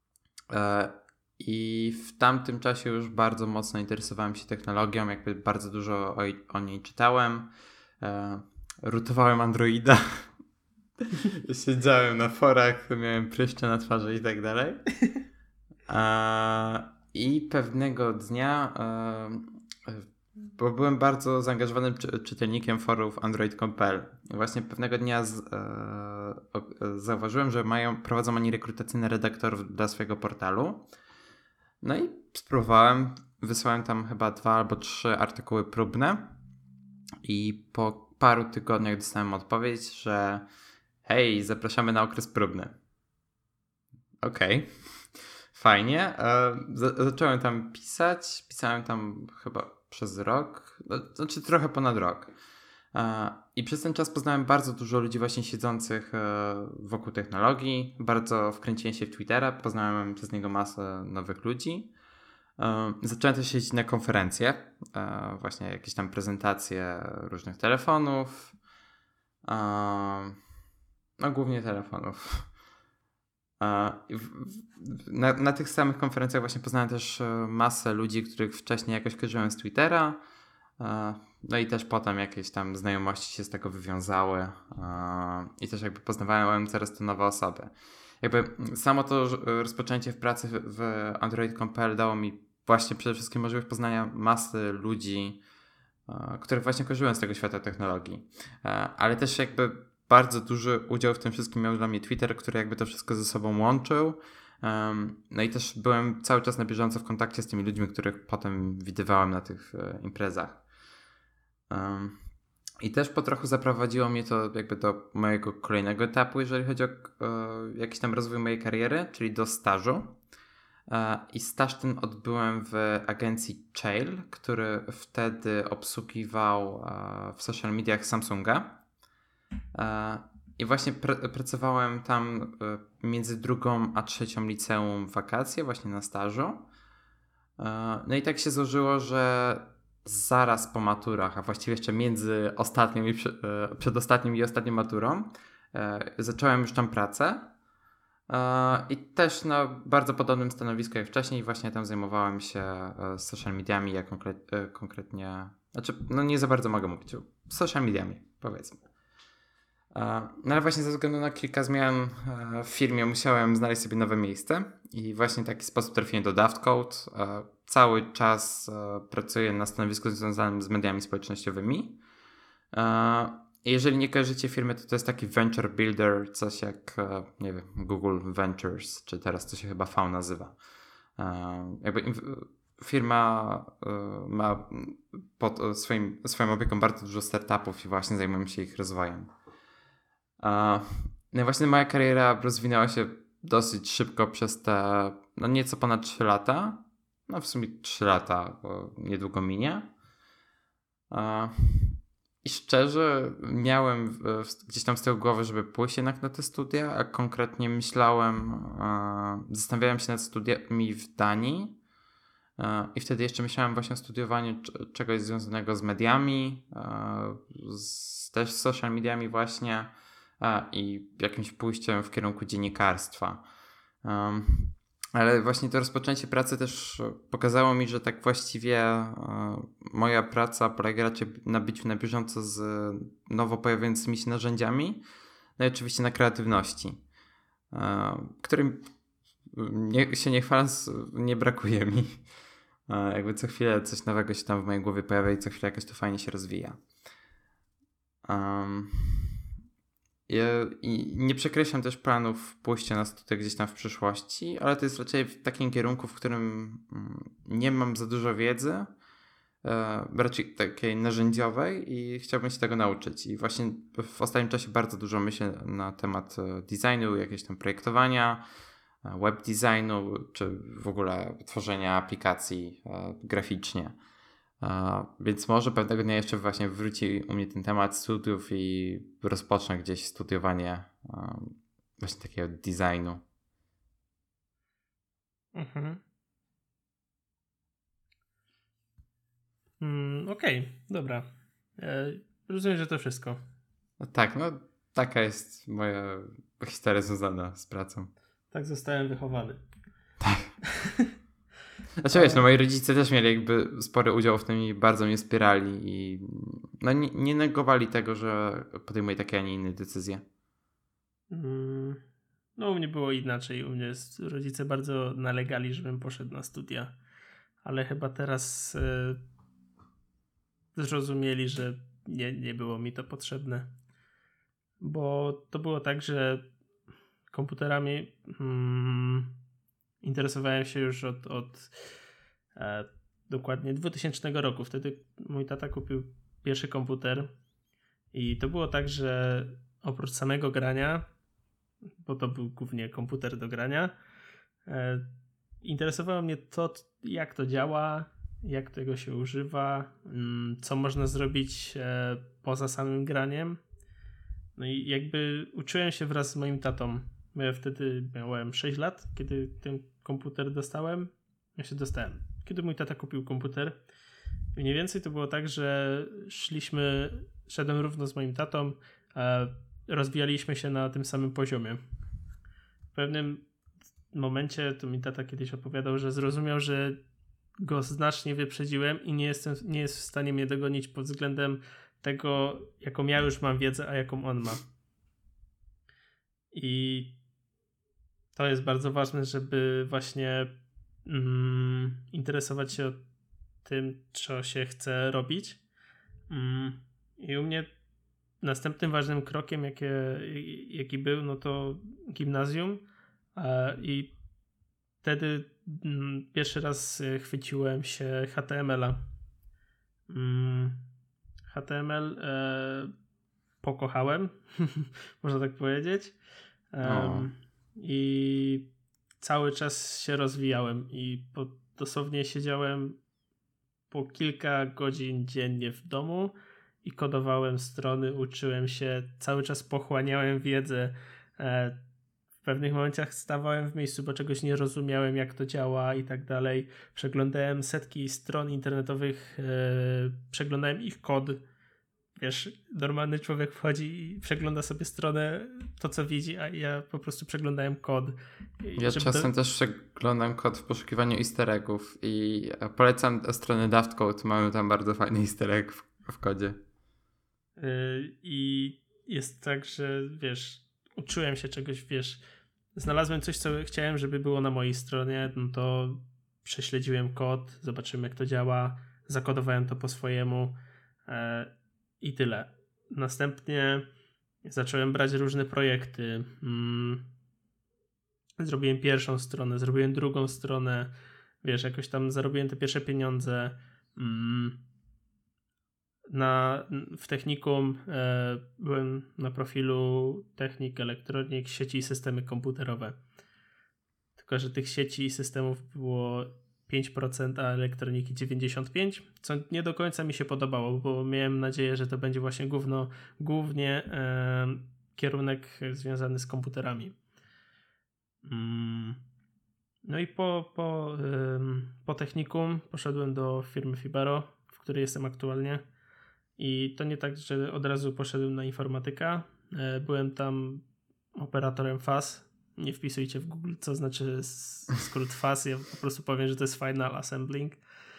i w tamtym czasie już bardzo mocno interesowałem się technologią, jakby bardzo dużo o niej czytałem, rootowałem Androida, siedziałem na forach, miałem pryszcze na twarzy i tak dalej. I pewnego dnia, bo byłem bardzo zaangażowanym czytelnikiem forów android.pl. Właśnie pewnego dnia zauważyłem, że prowadzą oni rekrutacyjny redaktorów dla swojego portalu. No i spróbowałem, wysłałem tam chyba 2 albo 3 artykuły próbne i po paru tygodniach dostałem odpowiedź, że hej, zapraszamy na okres próbny. Okej. fajnie. Zacząłem tam pisać. Pisałem tam chyba przez rok, znaczy trochę ponad rok. I przez ten czas poznałem bardzo dużo ludzi właśnie siedzących wokół technologii. Bardzo wkręciłem się w Twittera. Poznałem przez niego masę nowych ludzi. Zacząłem też jeździć na konferencje. Właśnie jakieś tam prezentacje różnych telefonów. No głównie telefonów. Na tych samych konferencjach właśnie poznałem też masę ludzi, których wcześniej jakoś kojarzyłem z Twittera. No i też potem jakieś tam znajomości się z tego wywiązały. I też jakby poznawałem coraz to nowe osoby. Jakby samo to rozpoczęcie w pracy w Android.pl dało mi właśnie przede wszystkim możliwość poznania masy ludzi, których właśnie kojarzyłem z tego świata technologii. Ale też jakby bardzo duży udział w tym wszystkim miał dla mnie Twitter, który jakby to wszystko ze sobą łączył. No i też byłem cały czas na bieżąco w kontakcie z tymi ludźmi, których potem widywałem na tych imprezach. I też po trochu zaprowadziło mnie to jakby do mojego kolejnego etapu, jeżeli chodzi o jakiś tam rozwój mojej kariery, czyli do stażu. I staż ten odbyłem w agencji Chail, który wtedy obsługiwał w social mediach Samsunga. I właśnie pracowałem tam między drugą a trzecią liceum w wakacje, właśnie na stażu. No i tak się złożyło, że zaraz po maturach, a właściwie jeszcze między ostatnią i przedostatnią i ostatnią maturą, zacząłem już tam pracę. I też na bardzo podobnym stanowisku jak wcześniej, właśnie tam zajmowałem się social mediami, ja konkretnie, znaczy no nie za bardzo mogę mówić, social mediami powiedzmy. No ale właśnie ze względu na kilka zmian w firmie musiałem znaleźć sobie nowe miejsce i właśnie w taki sposób trafiłem do Daft Code. Cały czas pracuję na stanowisku związanym z mediami społecznościowymi. Jeżeli nie kojarzycie firmy, to jest taki venture builder, coś jak, nie wiem, Google Ventures, czy teraz to się chyba V nazywa. Jakby firma ma pod swoją opieką bardzo dużo startupów i właśnie zajmujemy się ich rozwojem. No i właśnie moja kariera rozwinęła się dosyć szybko przez te no nieco ponad 3 lata. No w sumie 3 lata, bo niedługo minie. I szczerze miałem gdzieś tam z tyłu głowy, żeby pójść jednak na te studia, a konkretnie zastanawiałem się nad studiami w Danii i wtedy jeszcze myślałem właśnie o studiowaniu czegoś związanego z mediami, też z social mediami właśnie i jakimś pójściem w kierunku dziennikarstwa. Ale właśnie to rozpoczęcie pracy też pokazało mi, że tak właściwie moja praca polega raczej na byciu na bieżąco z nowo pojawiającymi się narzędziami, no i oczywiście na kreatywności, którym się nie chwaląc, nie brakuje mi. Jakby co chwilę coś nowego się tam w mojej głowie pojawia i co chwilę jakoś to fajnie się rozwija. I nie przekreślam też planów pójścia na studia gdzieś tam w przyszłości, ale to jest raczej w takim kierunku, w którym nie mam za dużo wiedzy, raczej takiej narzędziowej i chciałbym się tego nauczyć. I właśnie w ostatnim czasie bardzo dużo myślę na temat designu, jakiegoś tam projektowania, web designu, czy w ogóle tworzenia aplikacji graficznie. Więc może pewnego dnia jeszcze właśnie wróci u mnie ten temat studiów i rozpocznę gdzieś studiowanie właśnie takiego designu. Okej, dobra. Rozumiem, że to wszystko. No tak, no taka jest moja historia związana z pracą. Tak zostałem wychowany. Tak. Znaczy wiesz, no moi rodzice też mieli jakby spory udział w tym i bardzo mnie wspierali i no nie negowali tego, że podejmuję takie, a nie inne decyzje. No u mnie było inaczej. U mnie rodzice bardzo nalegali, żebym poszedł na studia. Ale chyba teraz zrozumieli, że nie było mi to potrzebne. Bo to było tak, że komputerami interesowałem się już od dokładnie 2000 roku. Wtedy mój tata kupił pierwszy komputer i to było tak, że oprócz samego grania, bo to był głównie komputer do grania, interesowało mnie to, jak to działa, jak tego się używa, co można zrobić poza samym graniem. No i jakby uczyłem się wraz z moim tatą. Ja wtedy miałem 6 lat, kiedy ten komputer dostałem. Ja się dostałem. Kiedy mój tata kupił komputer. I mniej więcej to było tak, że szedłem równo z moim tatą, a rozwijaliśmy się na tym samym poziomie. W pewnym momencie, to mi tata kiedyś opowiadał, że zrozumiał, że go znacznie wyprzedziłem i nie jest w stanie mnie dogonić pod względem tego, jaką ja już mam wiedzę, a jaką on ma. I to jest bardzo ważne, żeby właśnie interesować się tym, co się chce robić. I u mnie następnym ważnym krokiem, jaki był, no to gimnazjum. I wtedy pierwszy raz chwyciłem się HTML-a. HTML pokochałem, można tak powiedzieć. I cały czas się rozwijałem i dosłownie siedziałem po kilka godzin dziennie w domu i kodowałem strony, uczyłem się, cały czas pochłaniałem wiedzę. W pewnych momentach stawałem w miejscu, bo czegoś nie rozumiałem, jak to działa i tak dalej. Przeglądałem setki stron internetowych, przeglądałem ich kod. Wiesz, normalny człowiek wchodzi i przegląda sobie stronę, to co widzi, a ja po prostu przeglądałem kod. Ja czasem też przeglądam kod w poszukiwaniu easter eggów i polecam stronę Daft Code, mamy tam bardzo fajny easter egg w kodzie. I jest tak, że wiesz, uczyłem się czegoś, wiesz, znalazłem coś, co chciałem, żeby było na mojej stronie, no to prześledziłem kod, zobaczyłem jak to działa, zakodowałem to po swojemu i tyle. Następnie zacząłem brać różne projekty. Zrobiłem pierwszą stronę, zrobiłem drugą stronę, wiesz, jakoś tam zarobiłem te pierwsze pieniądze. W technikum byłem na profilu technik, elektronik, sieci i systemy komputerowe. Tylko że tych sieci i systemów było 5%, a elektroniki 95%, co nie do końca mi się podobało, bo miałem nadzieję, że to będzie właśnie głównie kierunek związany z komputerami. No i po technikum poszedłem do firmy Fibaro, w której jestem aktualnie. I to nie tak, że od razu poszedłem na informatyka. Byłem tam operatorem FAS. Nie wpisujcie w Google, co znaczy skrót FAS. Ja po prostu powiem, że to jest Final Assembling.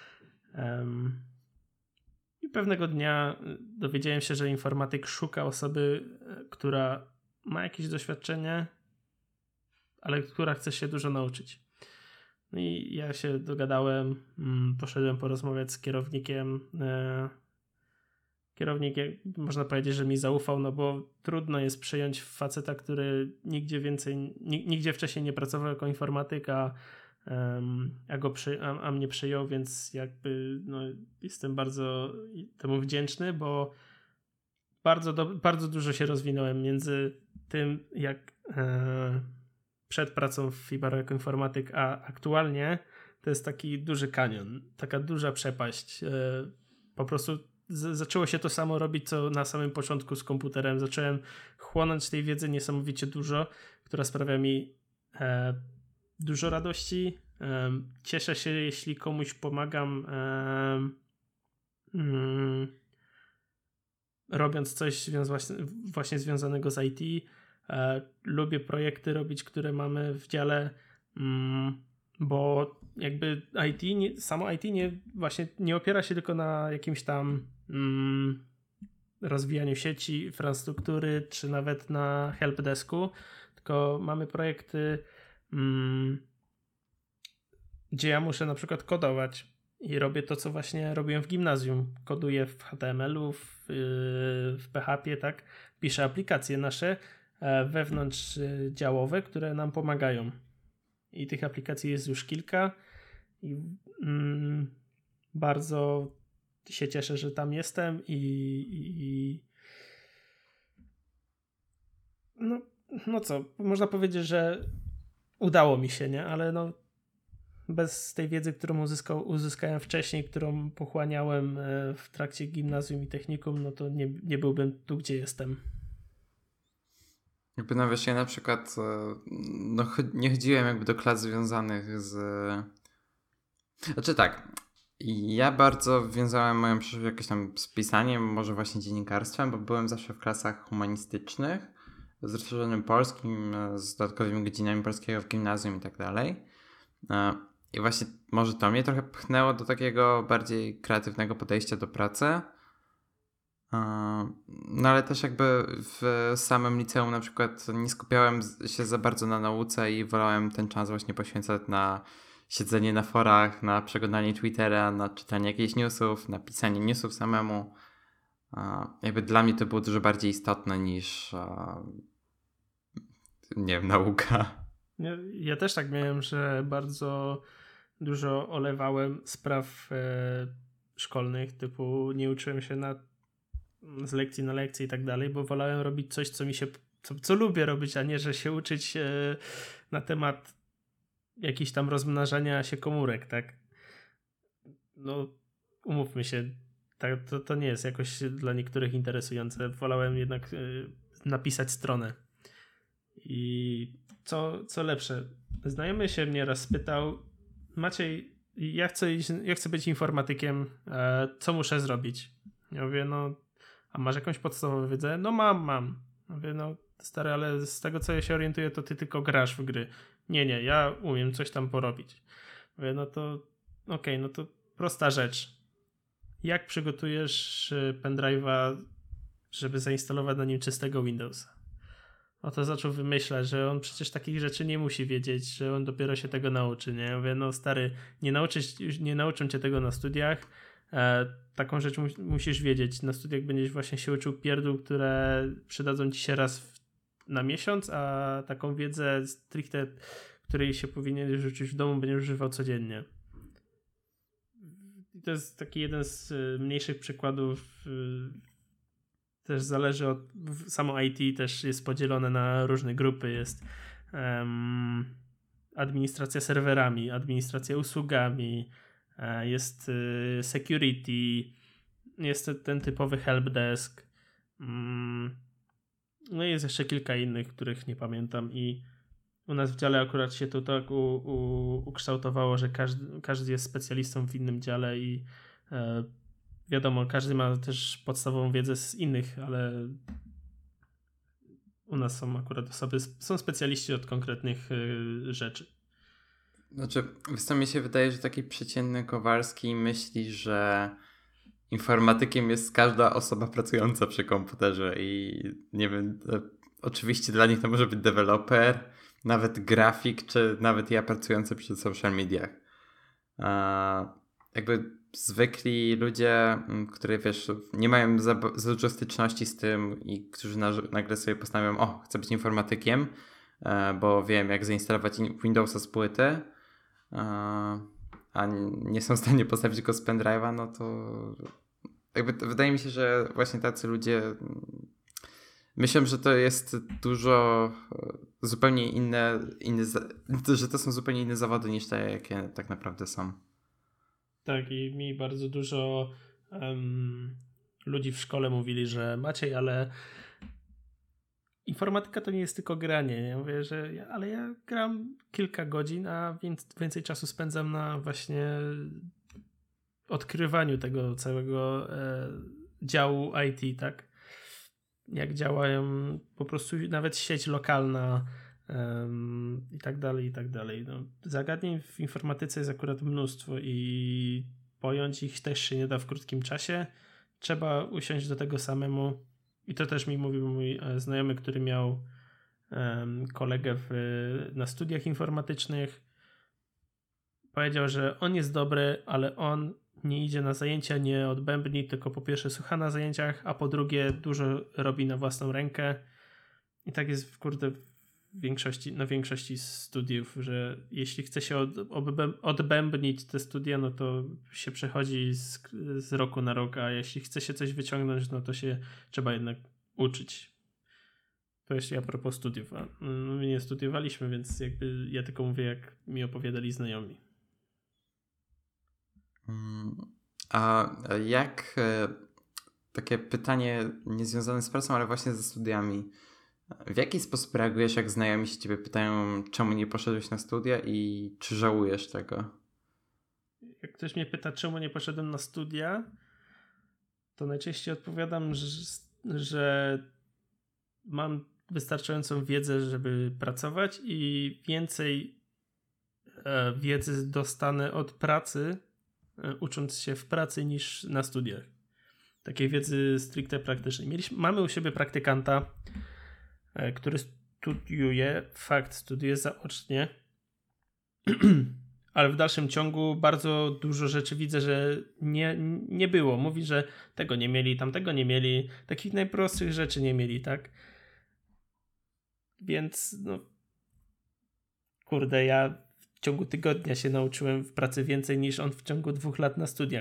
I pewnego dnia dowiedziałem się, że informatyk szuka osoby, która ma jakieś doświadczenie, ale która chce się dużo nauczyć. No i ja się dogadałem, poszedłem porozmawiać z kierownikiem. Kierownik, można powiedzieć, że mi zaufał, no bo trudno jest przyjąć faceta, który nigdzie wcześniej nie pracował jako informatyk, a mnie przyjął, więc jakby no, jestem bardzo temu wdzięczny, bo bardzo dużo się rozwinąłem między tym, jak przed pracą w Fibaro jako informatyk, a aktualnie to jest taki duży kanion, taka duża przepaść. Po prostu zaczęło się to samo robić, co na samym początku z komputerem. Zacząłem chłonąć tej wiedzy niesamowicie dużo, która sprawia mi dużo radości. Cieszę się, jeśli komuś pomagam robiąc coś właśnie związanego z IT. Lubię projekty robić, które mamy w dziale, bo jakby samo IT nie opiera się tylko na jakimś tam rozwijaniu sieci, infrastruktury, czy nawet na helpdesku, tylko mamy projekty, gdzie ja muszę na przykład kodować i robię to, co właśnie robiłem w gimnazjum. Koduję w HTML-u, w PHP, tak? Piszę aplikacje nasze wewnątrz działowe, które nam pomagają. I tych aplikacji jest już kilka i bardzo się cieszę, że tam jestem i no co, można powiedzieć, że udało mi się, nie? Ale no bez tej wiedzy, którą uzyskałem wcześniej, którą pochłaniałem w trakcie gimnazjum i technikum, no to nie byłbym tu, gdzie jestem. Jakby no wiesz, ja na przykład nie chodziłem jakby do klas związanych z... Znaczy tak, ja bardzo wiązałem moją przyszłość jakoś tam z pisaniem, może właśnie dziennikarstwem, bo byłem zawsze w klasach humanistycznych z rozszerzonym polskim, z dodatkowymi godzinami polskiego w gimnazjum i tak dalej. I właśnie może to mnie trochę pchnęło do takiego bardziej kreatywnego podejścia do pracy. No ale też jakby w samym liceum na przykład nie skupiałem się za bardzo na nauce i wolałem ten czas właśnie poświęcać na siedzenie na forach, na przeglądanie Twittera, na czytanie jakichś newsów, na pisanie newsów samemu. Jakby dla mnie to było dużo bardziej istotne niż nie wiem, nauka. Ja też tak miałem, że bardzo dużo olewałem spraw szkolnych, typu nie uczyłem się z lekcji na lekcję i tak dalej, bo wolałem robić coś, co lubię robić, a nie, że się uczyć na temat jakiś tam rozmnażania się komórek, tak? No, umówmy się, tak, to nie jest jakoś dla niektórych interesujące. Wolałem jednak napisać stronę. I co lepsze, znajomy się mnie raz spytał: Maciej, ja chcę być informatykiem, co muszę zrobić? Ja mówię, no, a masz jakąś podstawową wiedzę? No mam. Ja mówię, no stary, ale z tego co ja się orientuję, to ty tylko grasz w gry. Nie, ja umiem coś tam porobić. Mówię, no to okej, no to prosta rzecz. Jak przygotujesz pendrive'a, żeby zainstalować na nim czystego Windowsa? No to zaczął wymyślać, że on przecież takich rzeczy nie musi wiedzieć, że on dopiero się tego nauczy, nie? Ja mówię, no stary, nie nauczą cię tego na studiach, taką rzecz musisz wiedzieć. Na studiach będziesz właśnie się uczył pierdół, które przydadzą ci się raz na miesiąc, a taką wiedzę stricte, której się powinieneś uczyć w domu, będziesz używał codziennie. I to jest taki jeden z mniejszych przykładów. Też zależy od... Samo IT też jest podzielone na różne grupy. Jest administracja serwerami, administracja usługami, jest security, jest ten typowy helpdesk. No i jest jeszcze kilka innych, których nie pamiętam, i u nas w dziale akurat się to tak ukształtowało, że każdy jest specjalistą w innym dziale i wiadomo, każdy ma też podstawową wiedzę z innych, ale u nas są akurat są specjaliści od konkretnych rzeczy. Znaczy, wiesz co, mi się wydaje, że taki przeciętny Kowalski myśli, że informatykiem jest każda osoba pracująca przy komputerze i nie wiem, oczywiście dla nich to może być deweloper, nawet grafik, czy nawet ja pracujący przy social mediach. Jakby zwykli ludzie, którzy wiesz, nie mają za dużo styczności z tym i którzy nagle sobie postanowią, chcę być informatykiem, bo wiem jak zainstalować Windowsa z płyty, a nie są w stanie postawić go z pendrive'a, no to jakby wydaje mi się, że właśnie tacy ludzie myślę, że to jest dużo zupełnie inne, że to są zupełnie inne zawody niż te, jakie tak naprawdę są. Tak, i mi bardzo dużo ludzi w szkole mówili, że Maciej, ale informatyka to nie jest tylko granie. Ja mówię, ale ja gram kilka godzin, a więcej czasu spędzam na właśnie odkrywaniu tego całego działu IT, tak? Jak działają po prostu nawet sieć lokalna i tak dalej, i tak dalej. No, zagadnień w informatyce jest akurat mnóstwo i pojąć ich też się nie da w krótkim czasie. Trzeba usiąść do tego samemu. I to też mi mówił mój znajomy, który miał kolegę na studiach informatycznych. Powiedział, że on jest dobry, ale on nie idzie na zajęcia, nie odbębni, tylko po pierwsze słucha na zajęciach, a po drugie dużo robi na własną rękę. I tak jest na większości studiów, że jeśli chce się odbębnić te studia, no to się przechodzi z roku na rok, a jeśli chce się coś wyciągnąć, no to się trzeba jednak uczyć. To jeszcze a propos studiów. My nie studiowaliśmy, więc jakby ja tylko mówię, jak mi opowiadali znajomi. Mm, A jak takie pytanie niezwiązane z pracą, ale właśnie ze studiami. W jaki sposób reagujesz, jak znajomi się ciebie pytają, czemu nie poszedłeś na studia i czy żałujesz tego? Jak ktoś mnie pyta, czemu nie poszedłem na studia, to najczęściej odpowiadam, że mam wystarczającą wiedzę, żeby pracować i więcej wiedzy dostanę od pracy, ucząc się w pracy, niż na studiach. Takiej wiedzy stricte praktycznej. Mamy u siebie praktykanta, który studiuje zaocznie, ale w dalszym ciągu bardzo dużo rzeczy widzę, że nie było. Mówi, że tego nie mieli, tamtego nie mieli, takich najprostszych rzeczy nie mieli, tak? Więc no kurde, ja w ciągu tygodnia się nauczyłem w pracy więcej niż on w ciągu 2 lat na studiach.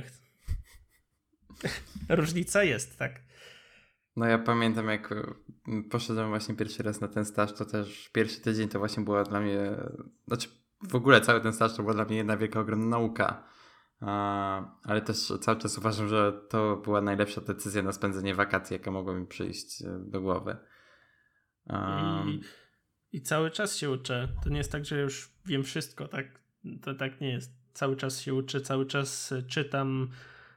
Różnica jest, tak? No ja pamiętam, jak poszedłem właśnie pierwszy raz na ten staż, to też pierwszy tydzień to właśnie była dla mnie, znaczy w ogóle cały ten staż to była dla mnie jedna wielka, ogromna nauka. Ale też cały czas uważam, że to była najlepsza decyzja na spędzenie wakacji, jaka mogła mi przyjść do głowy. I, I cały czas się uczę. To nie jest tak, że już wiem wszystko, tak? To tak nie jest. Cały czas się uczę, cały czas czytam.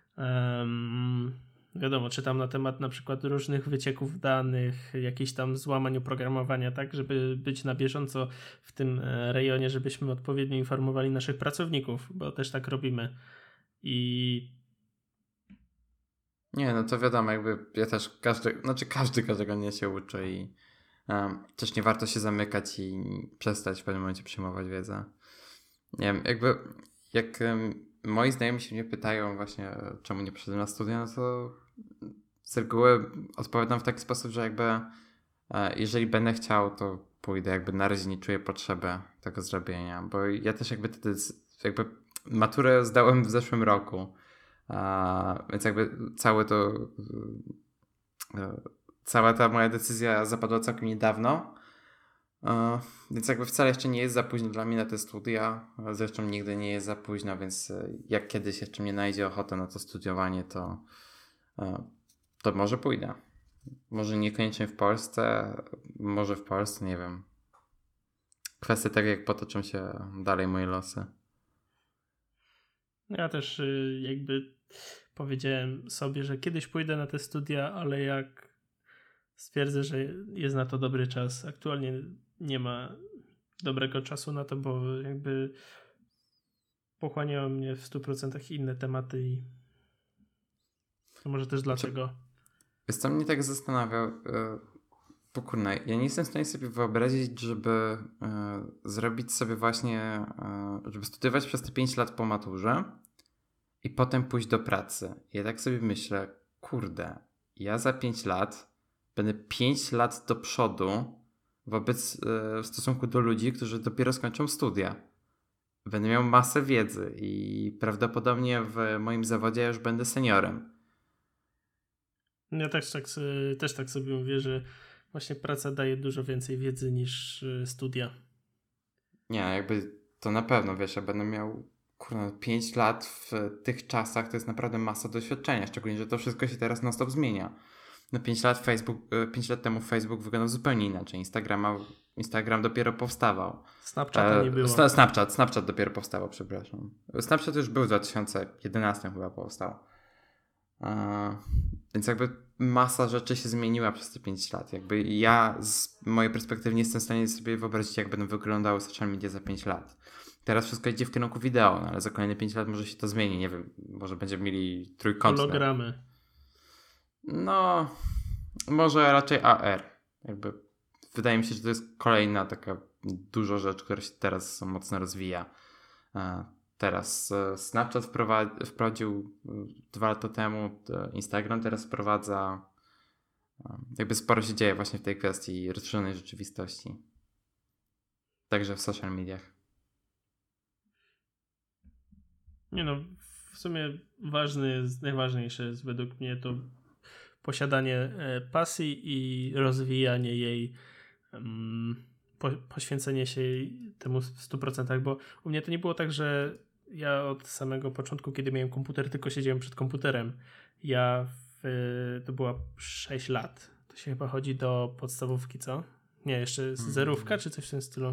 Wiadomo, czytam na temat na przykład różnych wycieków danych, jakichś tam złamań oprogramowania, tak, żeby być na bieżąco w tym rejonie, żebyśmy odpowiednio informowali naszych pracowników, bo też tak robimy. I Nie, no to wiadomo, jakby ja też każdy każdego dnia się uczy i też nie warto się zamykać i przestać w pewnym momencie przyjmować wiedzę. Nie wiem, jakby jak moi znajomi się mnie pytają właśnie, czemu nie poszedłem na studia, no to z reguły odpowiadam w taki sposób, że jakby jeżeli będę chciał, to pójdę, jakby na razie nie czuję potrzeby tego zrobienia, bo ja też jakby maturę zdałem w zeszłym roku, więc jakby cała ta moja decyzja zapadła całkiem niedawno. Więc jakby wcale jeszcze nie jest za późno dla mnie na te studia. Zresztą nigdy nie jest za późno, więc jak kiedyś jeszcze mnie najdzie ochota na to studiowanie, to może pójdę. Może niekoniecznie w Polsce, może w Polsce, nie wiem. Kwestia tego, jak potoczą się dalej moje losy. ja też jakby powiedziałem sobie, że kiedyś pójdę na te studia, ale jak stwierdzę, że jest na to dobry czas. Aktualnie nie ma dobrego czasu na to, bo jakby pochłaniają mnie w 100% inne tematy i to może też dlatego. Wiesz co mnie tak zastanawia? Bo kurna, ja nie jestem w stanie sobie wyobrazić, żeby zrobić sobie właśnie, żeby studiować przez te 5 lat po maturze i potem pójść do pracy. Ja tak sobie myślę, kurde, ja za 5 lat będę 5 lat do przodu w stosunku do ludzi, którzy dopiero skończą studia. Będę miał masę wiedzy i prawdopodobnie w moim zawodzie już będę seniorem. Ja też tak sobie mówię, że właśnie praca daje dużo więcej wiedzy niż studia. Nie, jakby to na pewno, wiesz, ja będę miał 5 lat w tych czasach, to jest naprawdę masa doświadczenia, szczególnie, że to wszystko się teraz non-stop zmienia. No 5 lat temu Facebook wyglądał zupełnie inaczej. Instagram dopiero powstawał. Snapchata nie było. Snapchat dopiero powstawał, przepraszam. Snapchat już był w 2011 chyba powstał. Więc jakby masa rzeczy się zmieniła przez te 5 lat. Jakby ja z mojej perspektywy nie jestem w stanie sobie wyobrazić, jak będą wyglądały social media za 5 lat. Teraz wszystko idzie w kierunku wideo, no ale za kolejne 5 lat może się to zmieni. Nie wiem, może będziemy mieli trójkątne. Hologramy. No, może raczej AR. Jakby wydaje mi się, że to jest kolejna taka duża rzecz, która się teraz mocno rozwija. Teraz Snapchat wprowadził 2 lata temu, Instagram teraz wprowadza. Jakby sporo się dzieje właśnie w tej kwestii rozszerzonej rzeczywistości. Także w social mediach. Nie no, w sumie najważniejsze jest według mnie to posiadanie pasji i rozwijanie jej, poświęcenie się jej temu w 100%, bo u mnie to nie było tak, że ja od samego początku, kiedy miałem komputer, tylko siedziałem przed komputerem. To było 6 lat. To się chyba chodzi do podstawówki, co? Nie, jeszcze zerówka, czy coś w tym stylu?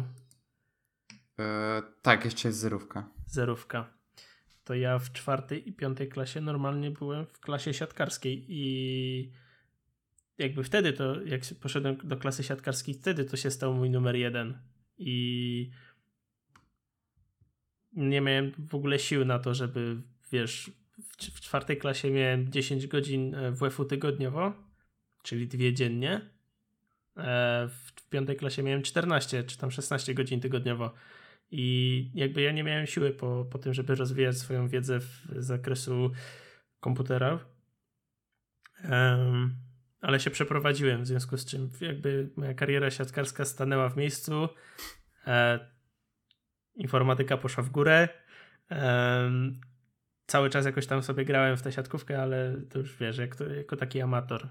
Tak, jeszcze jest zerówka. Zerówka. To ja w 4. i 5. klasie normalnie byłem w klasie siatkarskiej i jakby wtedy to, jak poszedłem do klasy siatkarskiej, wtedy to się stał mój numer 1 i nie miałem w ogóle sił na to, żeby, wiesz, w 4. klasie miałem 10 godzin WF-u tygodniowo, czyli 2 dziennie. W 5. klasie miałem 14 czy tam 16 godzin tygodniowo i jakby ja nie miałem siły po tym, żeby rozwijać swoją wiedzę z zakresu komputera. Ale się przeprowadziłem, w związku z czym jakby moja kariera siatkarska stanęła w miejscu. Informatyka poszła w górę. Cały czas jakoś tam sobie grałem w tę siatkówkę, ale to już wiesz, jako taki amator.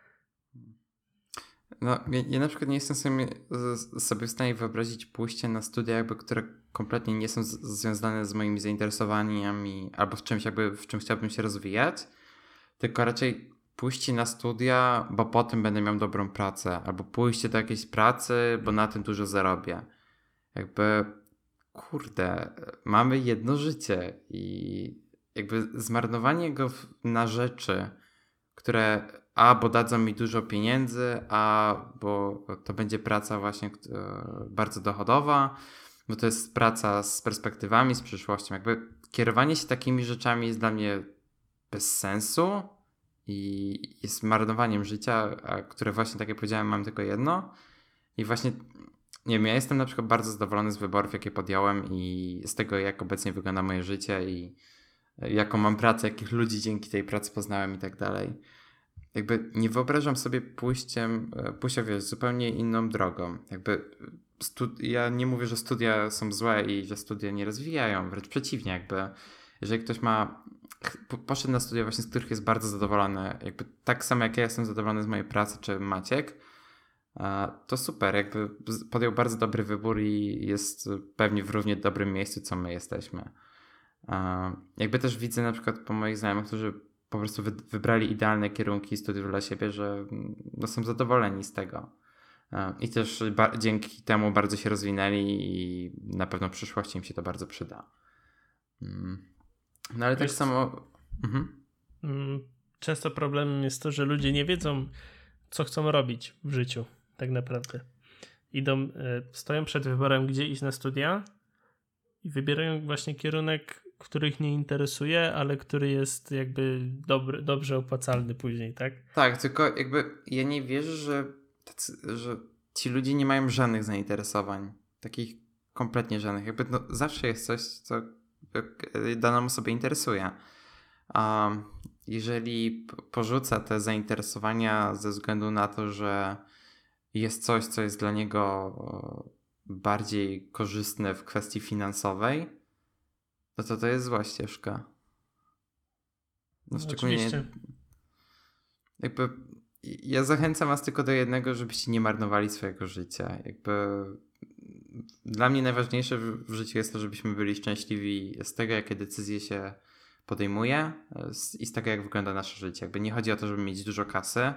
No, ja na przykład nie jestem sobie w stanie wyobrazić pójście na studia, jakby, które kompletnie nie są związane z moimi zainteresowaniami albo z czymś, jakby w czym chciałbym się rozwijać, tylko raczej pójście na studia, bo potem będę miał dobrą pracę, albo pójście do jakiejś pracy, bo na tym dużo zarobię. Jakby, kurde, mamy jedno życie i jakby zmarnowanie go na rzeczy, które bo dadzą mi dużo pieniędzy, bo to będzie praca właśnie bardzo dochodowa, bo to jest praca z perspektywami, z przyszłością. Jakby kierowanie się takimi rzeczami jest dla mnie bez sensu i jest marnowaniem życia, które właśnie, tak jak powiedziałem, mam tylko jedno. I właśnie, nie wiem, ja jestem na przykład bardzo zadowolony z wyborów, jakie podjąłem i z tego, jak obecnie wygląda moje życie i jaką mam pracę, jakich ludzi dzięki tej pracy poznałem i tak dalej. Jakby nie wyobrażam sobie pójścia, wiesz, zupełnie inną drogą. Jakby ja nie mówię, że studia są złe i że studia nie rozwijają, wręcz przeciwnie, jakby jeżeli ktoś poszedł na studia właśnie, z których jest bardzo zadowolony, jakby tak samo jak ja jestem zadowolony z mojej pracy, czy Maciek, to super, jakby podjął bardzo dobry wybór i jest pewnie w równie dobrym miejscu, co my jesteśmy. Jakby też widzę na przykład po moich znajomych, którzy po prostu wybrali idealne kierunki studiów dla siebie, że są zadowoleni z tego. I też dzięki temu bardzo się rozwinęli i na pewno w przyszłości im się to bardzo przyda. No ale tak samo... Często problemem jest to, że ludzie nie wiedzą, co chcą robić w życiu tak naprawdę. Stoją przed wyborem, gdzie iść na studia i wybierają właśnie kierunek, który ich nie interesuje, ale który jest jakby dobrze opłacalny później, tak? Tak, tylko jakby ja nie wierzę, że ci ludzie nie mają żadnych zainteresowań. Takich kompletnie żadnych. Jakby zawsze jest coś, co daną osobę interesuje. A jeżeli porzuca te zainteresowania ze względu na to, że jest coś, co jest dla niego bardziej korzystne w kwestii finansowej, to jest zła ścieżka. No szczególnie oczywiście. Jakby ja zachęcam was tylko do jednego, żebyście nie marnowali swojego życia. Jakby dla mnie najważniejsze w życiu jest to, żebyśmy byli szczęśliwi z tego, jakie decyzje się podejmuje i z tego, jak wygląda nasze życie. Jakby nie chodzi o to, żeby mieć dużo kasy,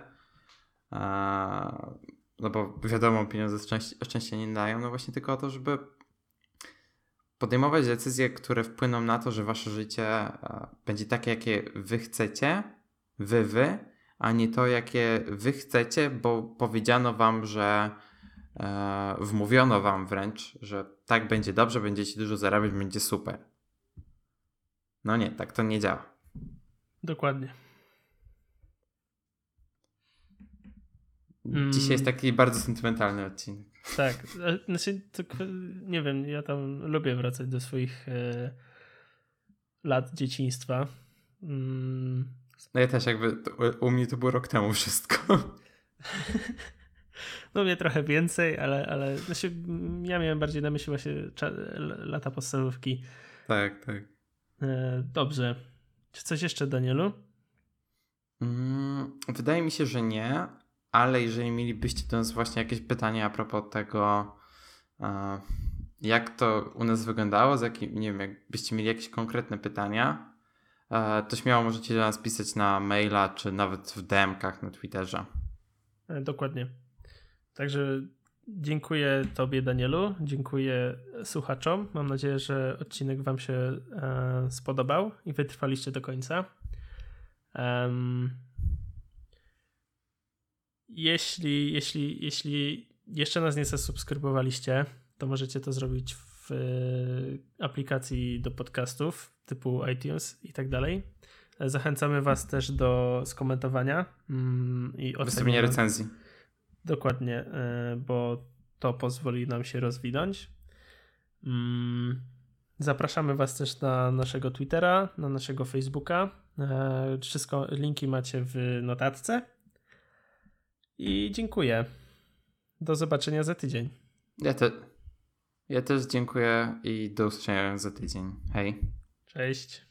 no bo wiadomo, pieniądze szczęścia nie dają, no właśnie tylko o to, żeby podejmować decyzje, które wpłyną na to, że wasze życie będzie takie, jakie wy chcecie, wy, a nie to, jakie wy chcecie, bo powiedziano wam, że wmówiono wam wręcz, że tak będzie dobrze, będziecie dużo zarabiać, będzie super. No nie, tak to nie działa. Dokładnie. Dzisiaj jest taki bardzo sentymentalny odcinek. Tak, znaczy, nie wiem, ja tam lubię wracać do swoich lat dzieciństwa. No ja też jakby, u mnie to było rok temu wszystko. No mnie trochę więcej, ale znaczy, ja miałem bardziej na myśli właśnie lata podstawówki. Tak. Dobrze. Czy coś jeszcze, Danielu? Wydaje mi się, że nie, ale jeżeli mielibyście do nas właśnie jakieś pytania a propos tego, jak to u nas wyglądało, nie wiem, jakbyście mieli jakieś konkretne pytania, to śmiało możecie do nas pisać na maila, czy nawet w DM-kach na Twitterze. Dokładnie. Także dziękuję Tobie, Danielu, dziękuję słuchaczom. Mam nadzieję, że odcinek Wam się spodobał i wytrwaliście do końca. Jeśli jeszcze nas nie zasubskrybowaliście, to możecie to zrobić w aplikacji do podcastów typu iTunes i tak dalej. Zachęcamy Was też do skomentowania i Wystawienia recenzji. Dokładnie, bo to pozwoli nam się rozwinąć. Zapraszamy Was też na naszego Twittera, na naszego Facebooka. Wszystko, linki macie w notatce. I dziękuję. Do zobaczenia za tydzień. Ja też dziękuję i do usłyszenia za tydzień. Hej. Cześć.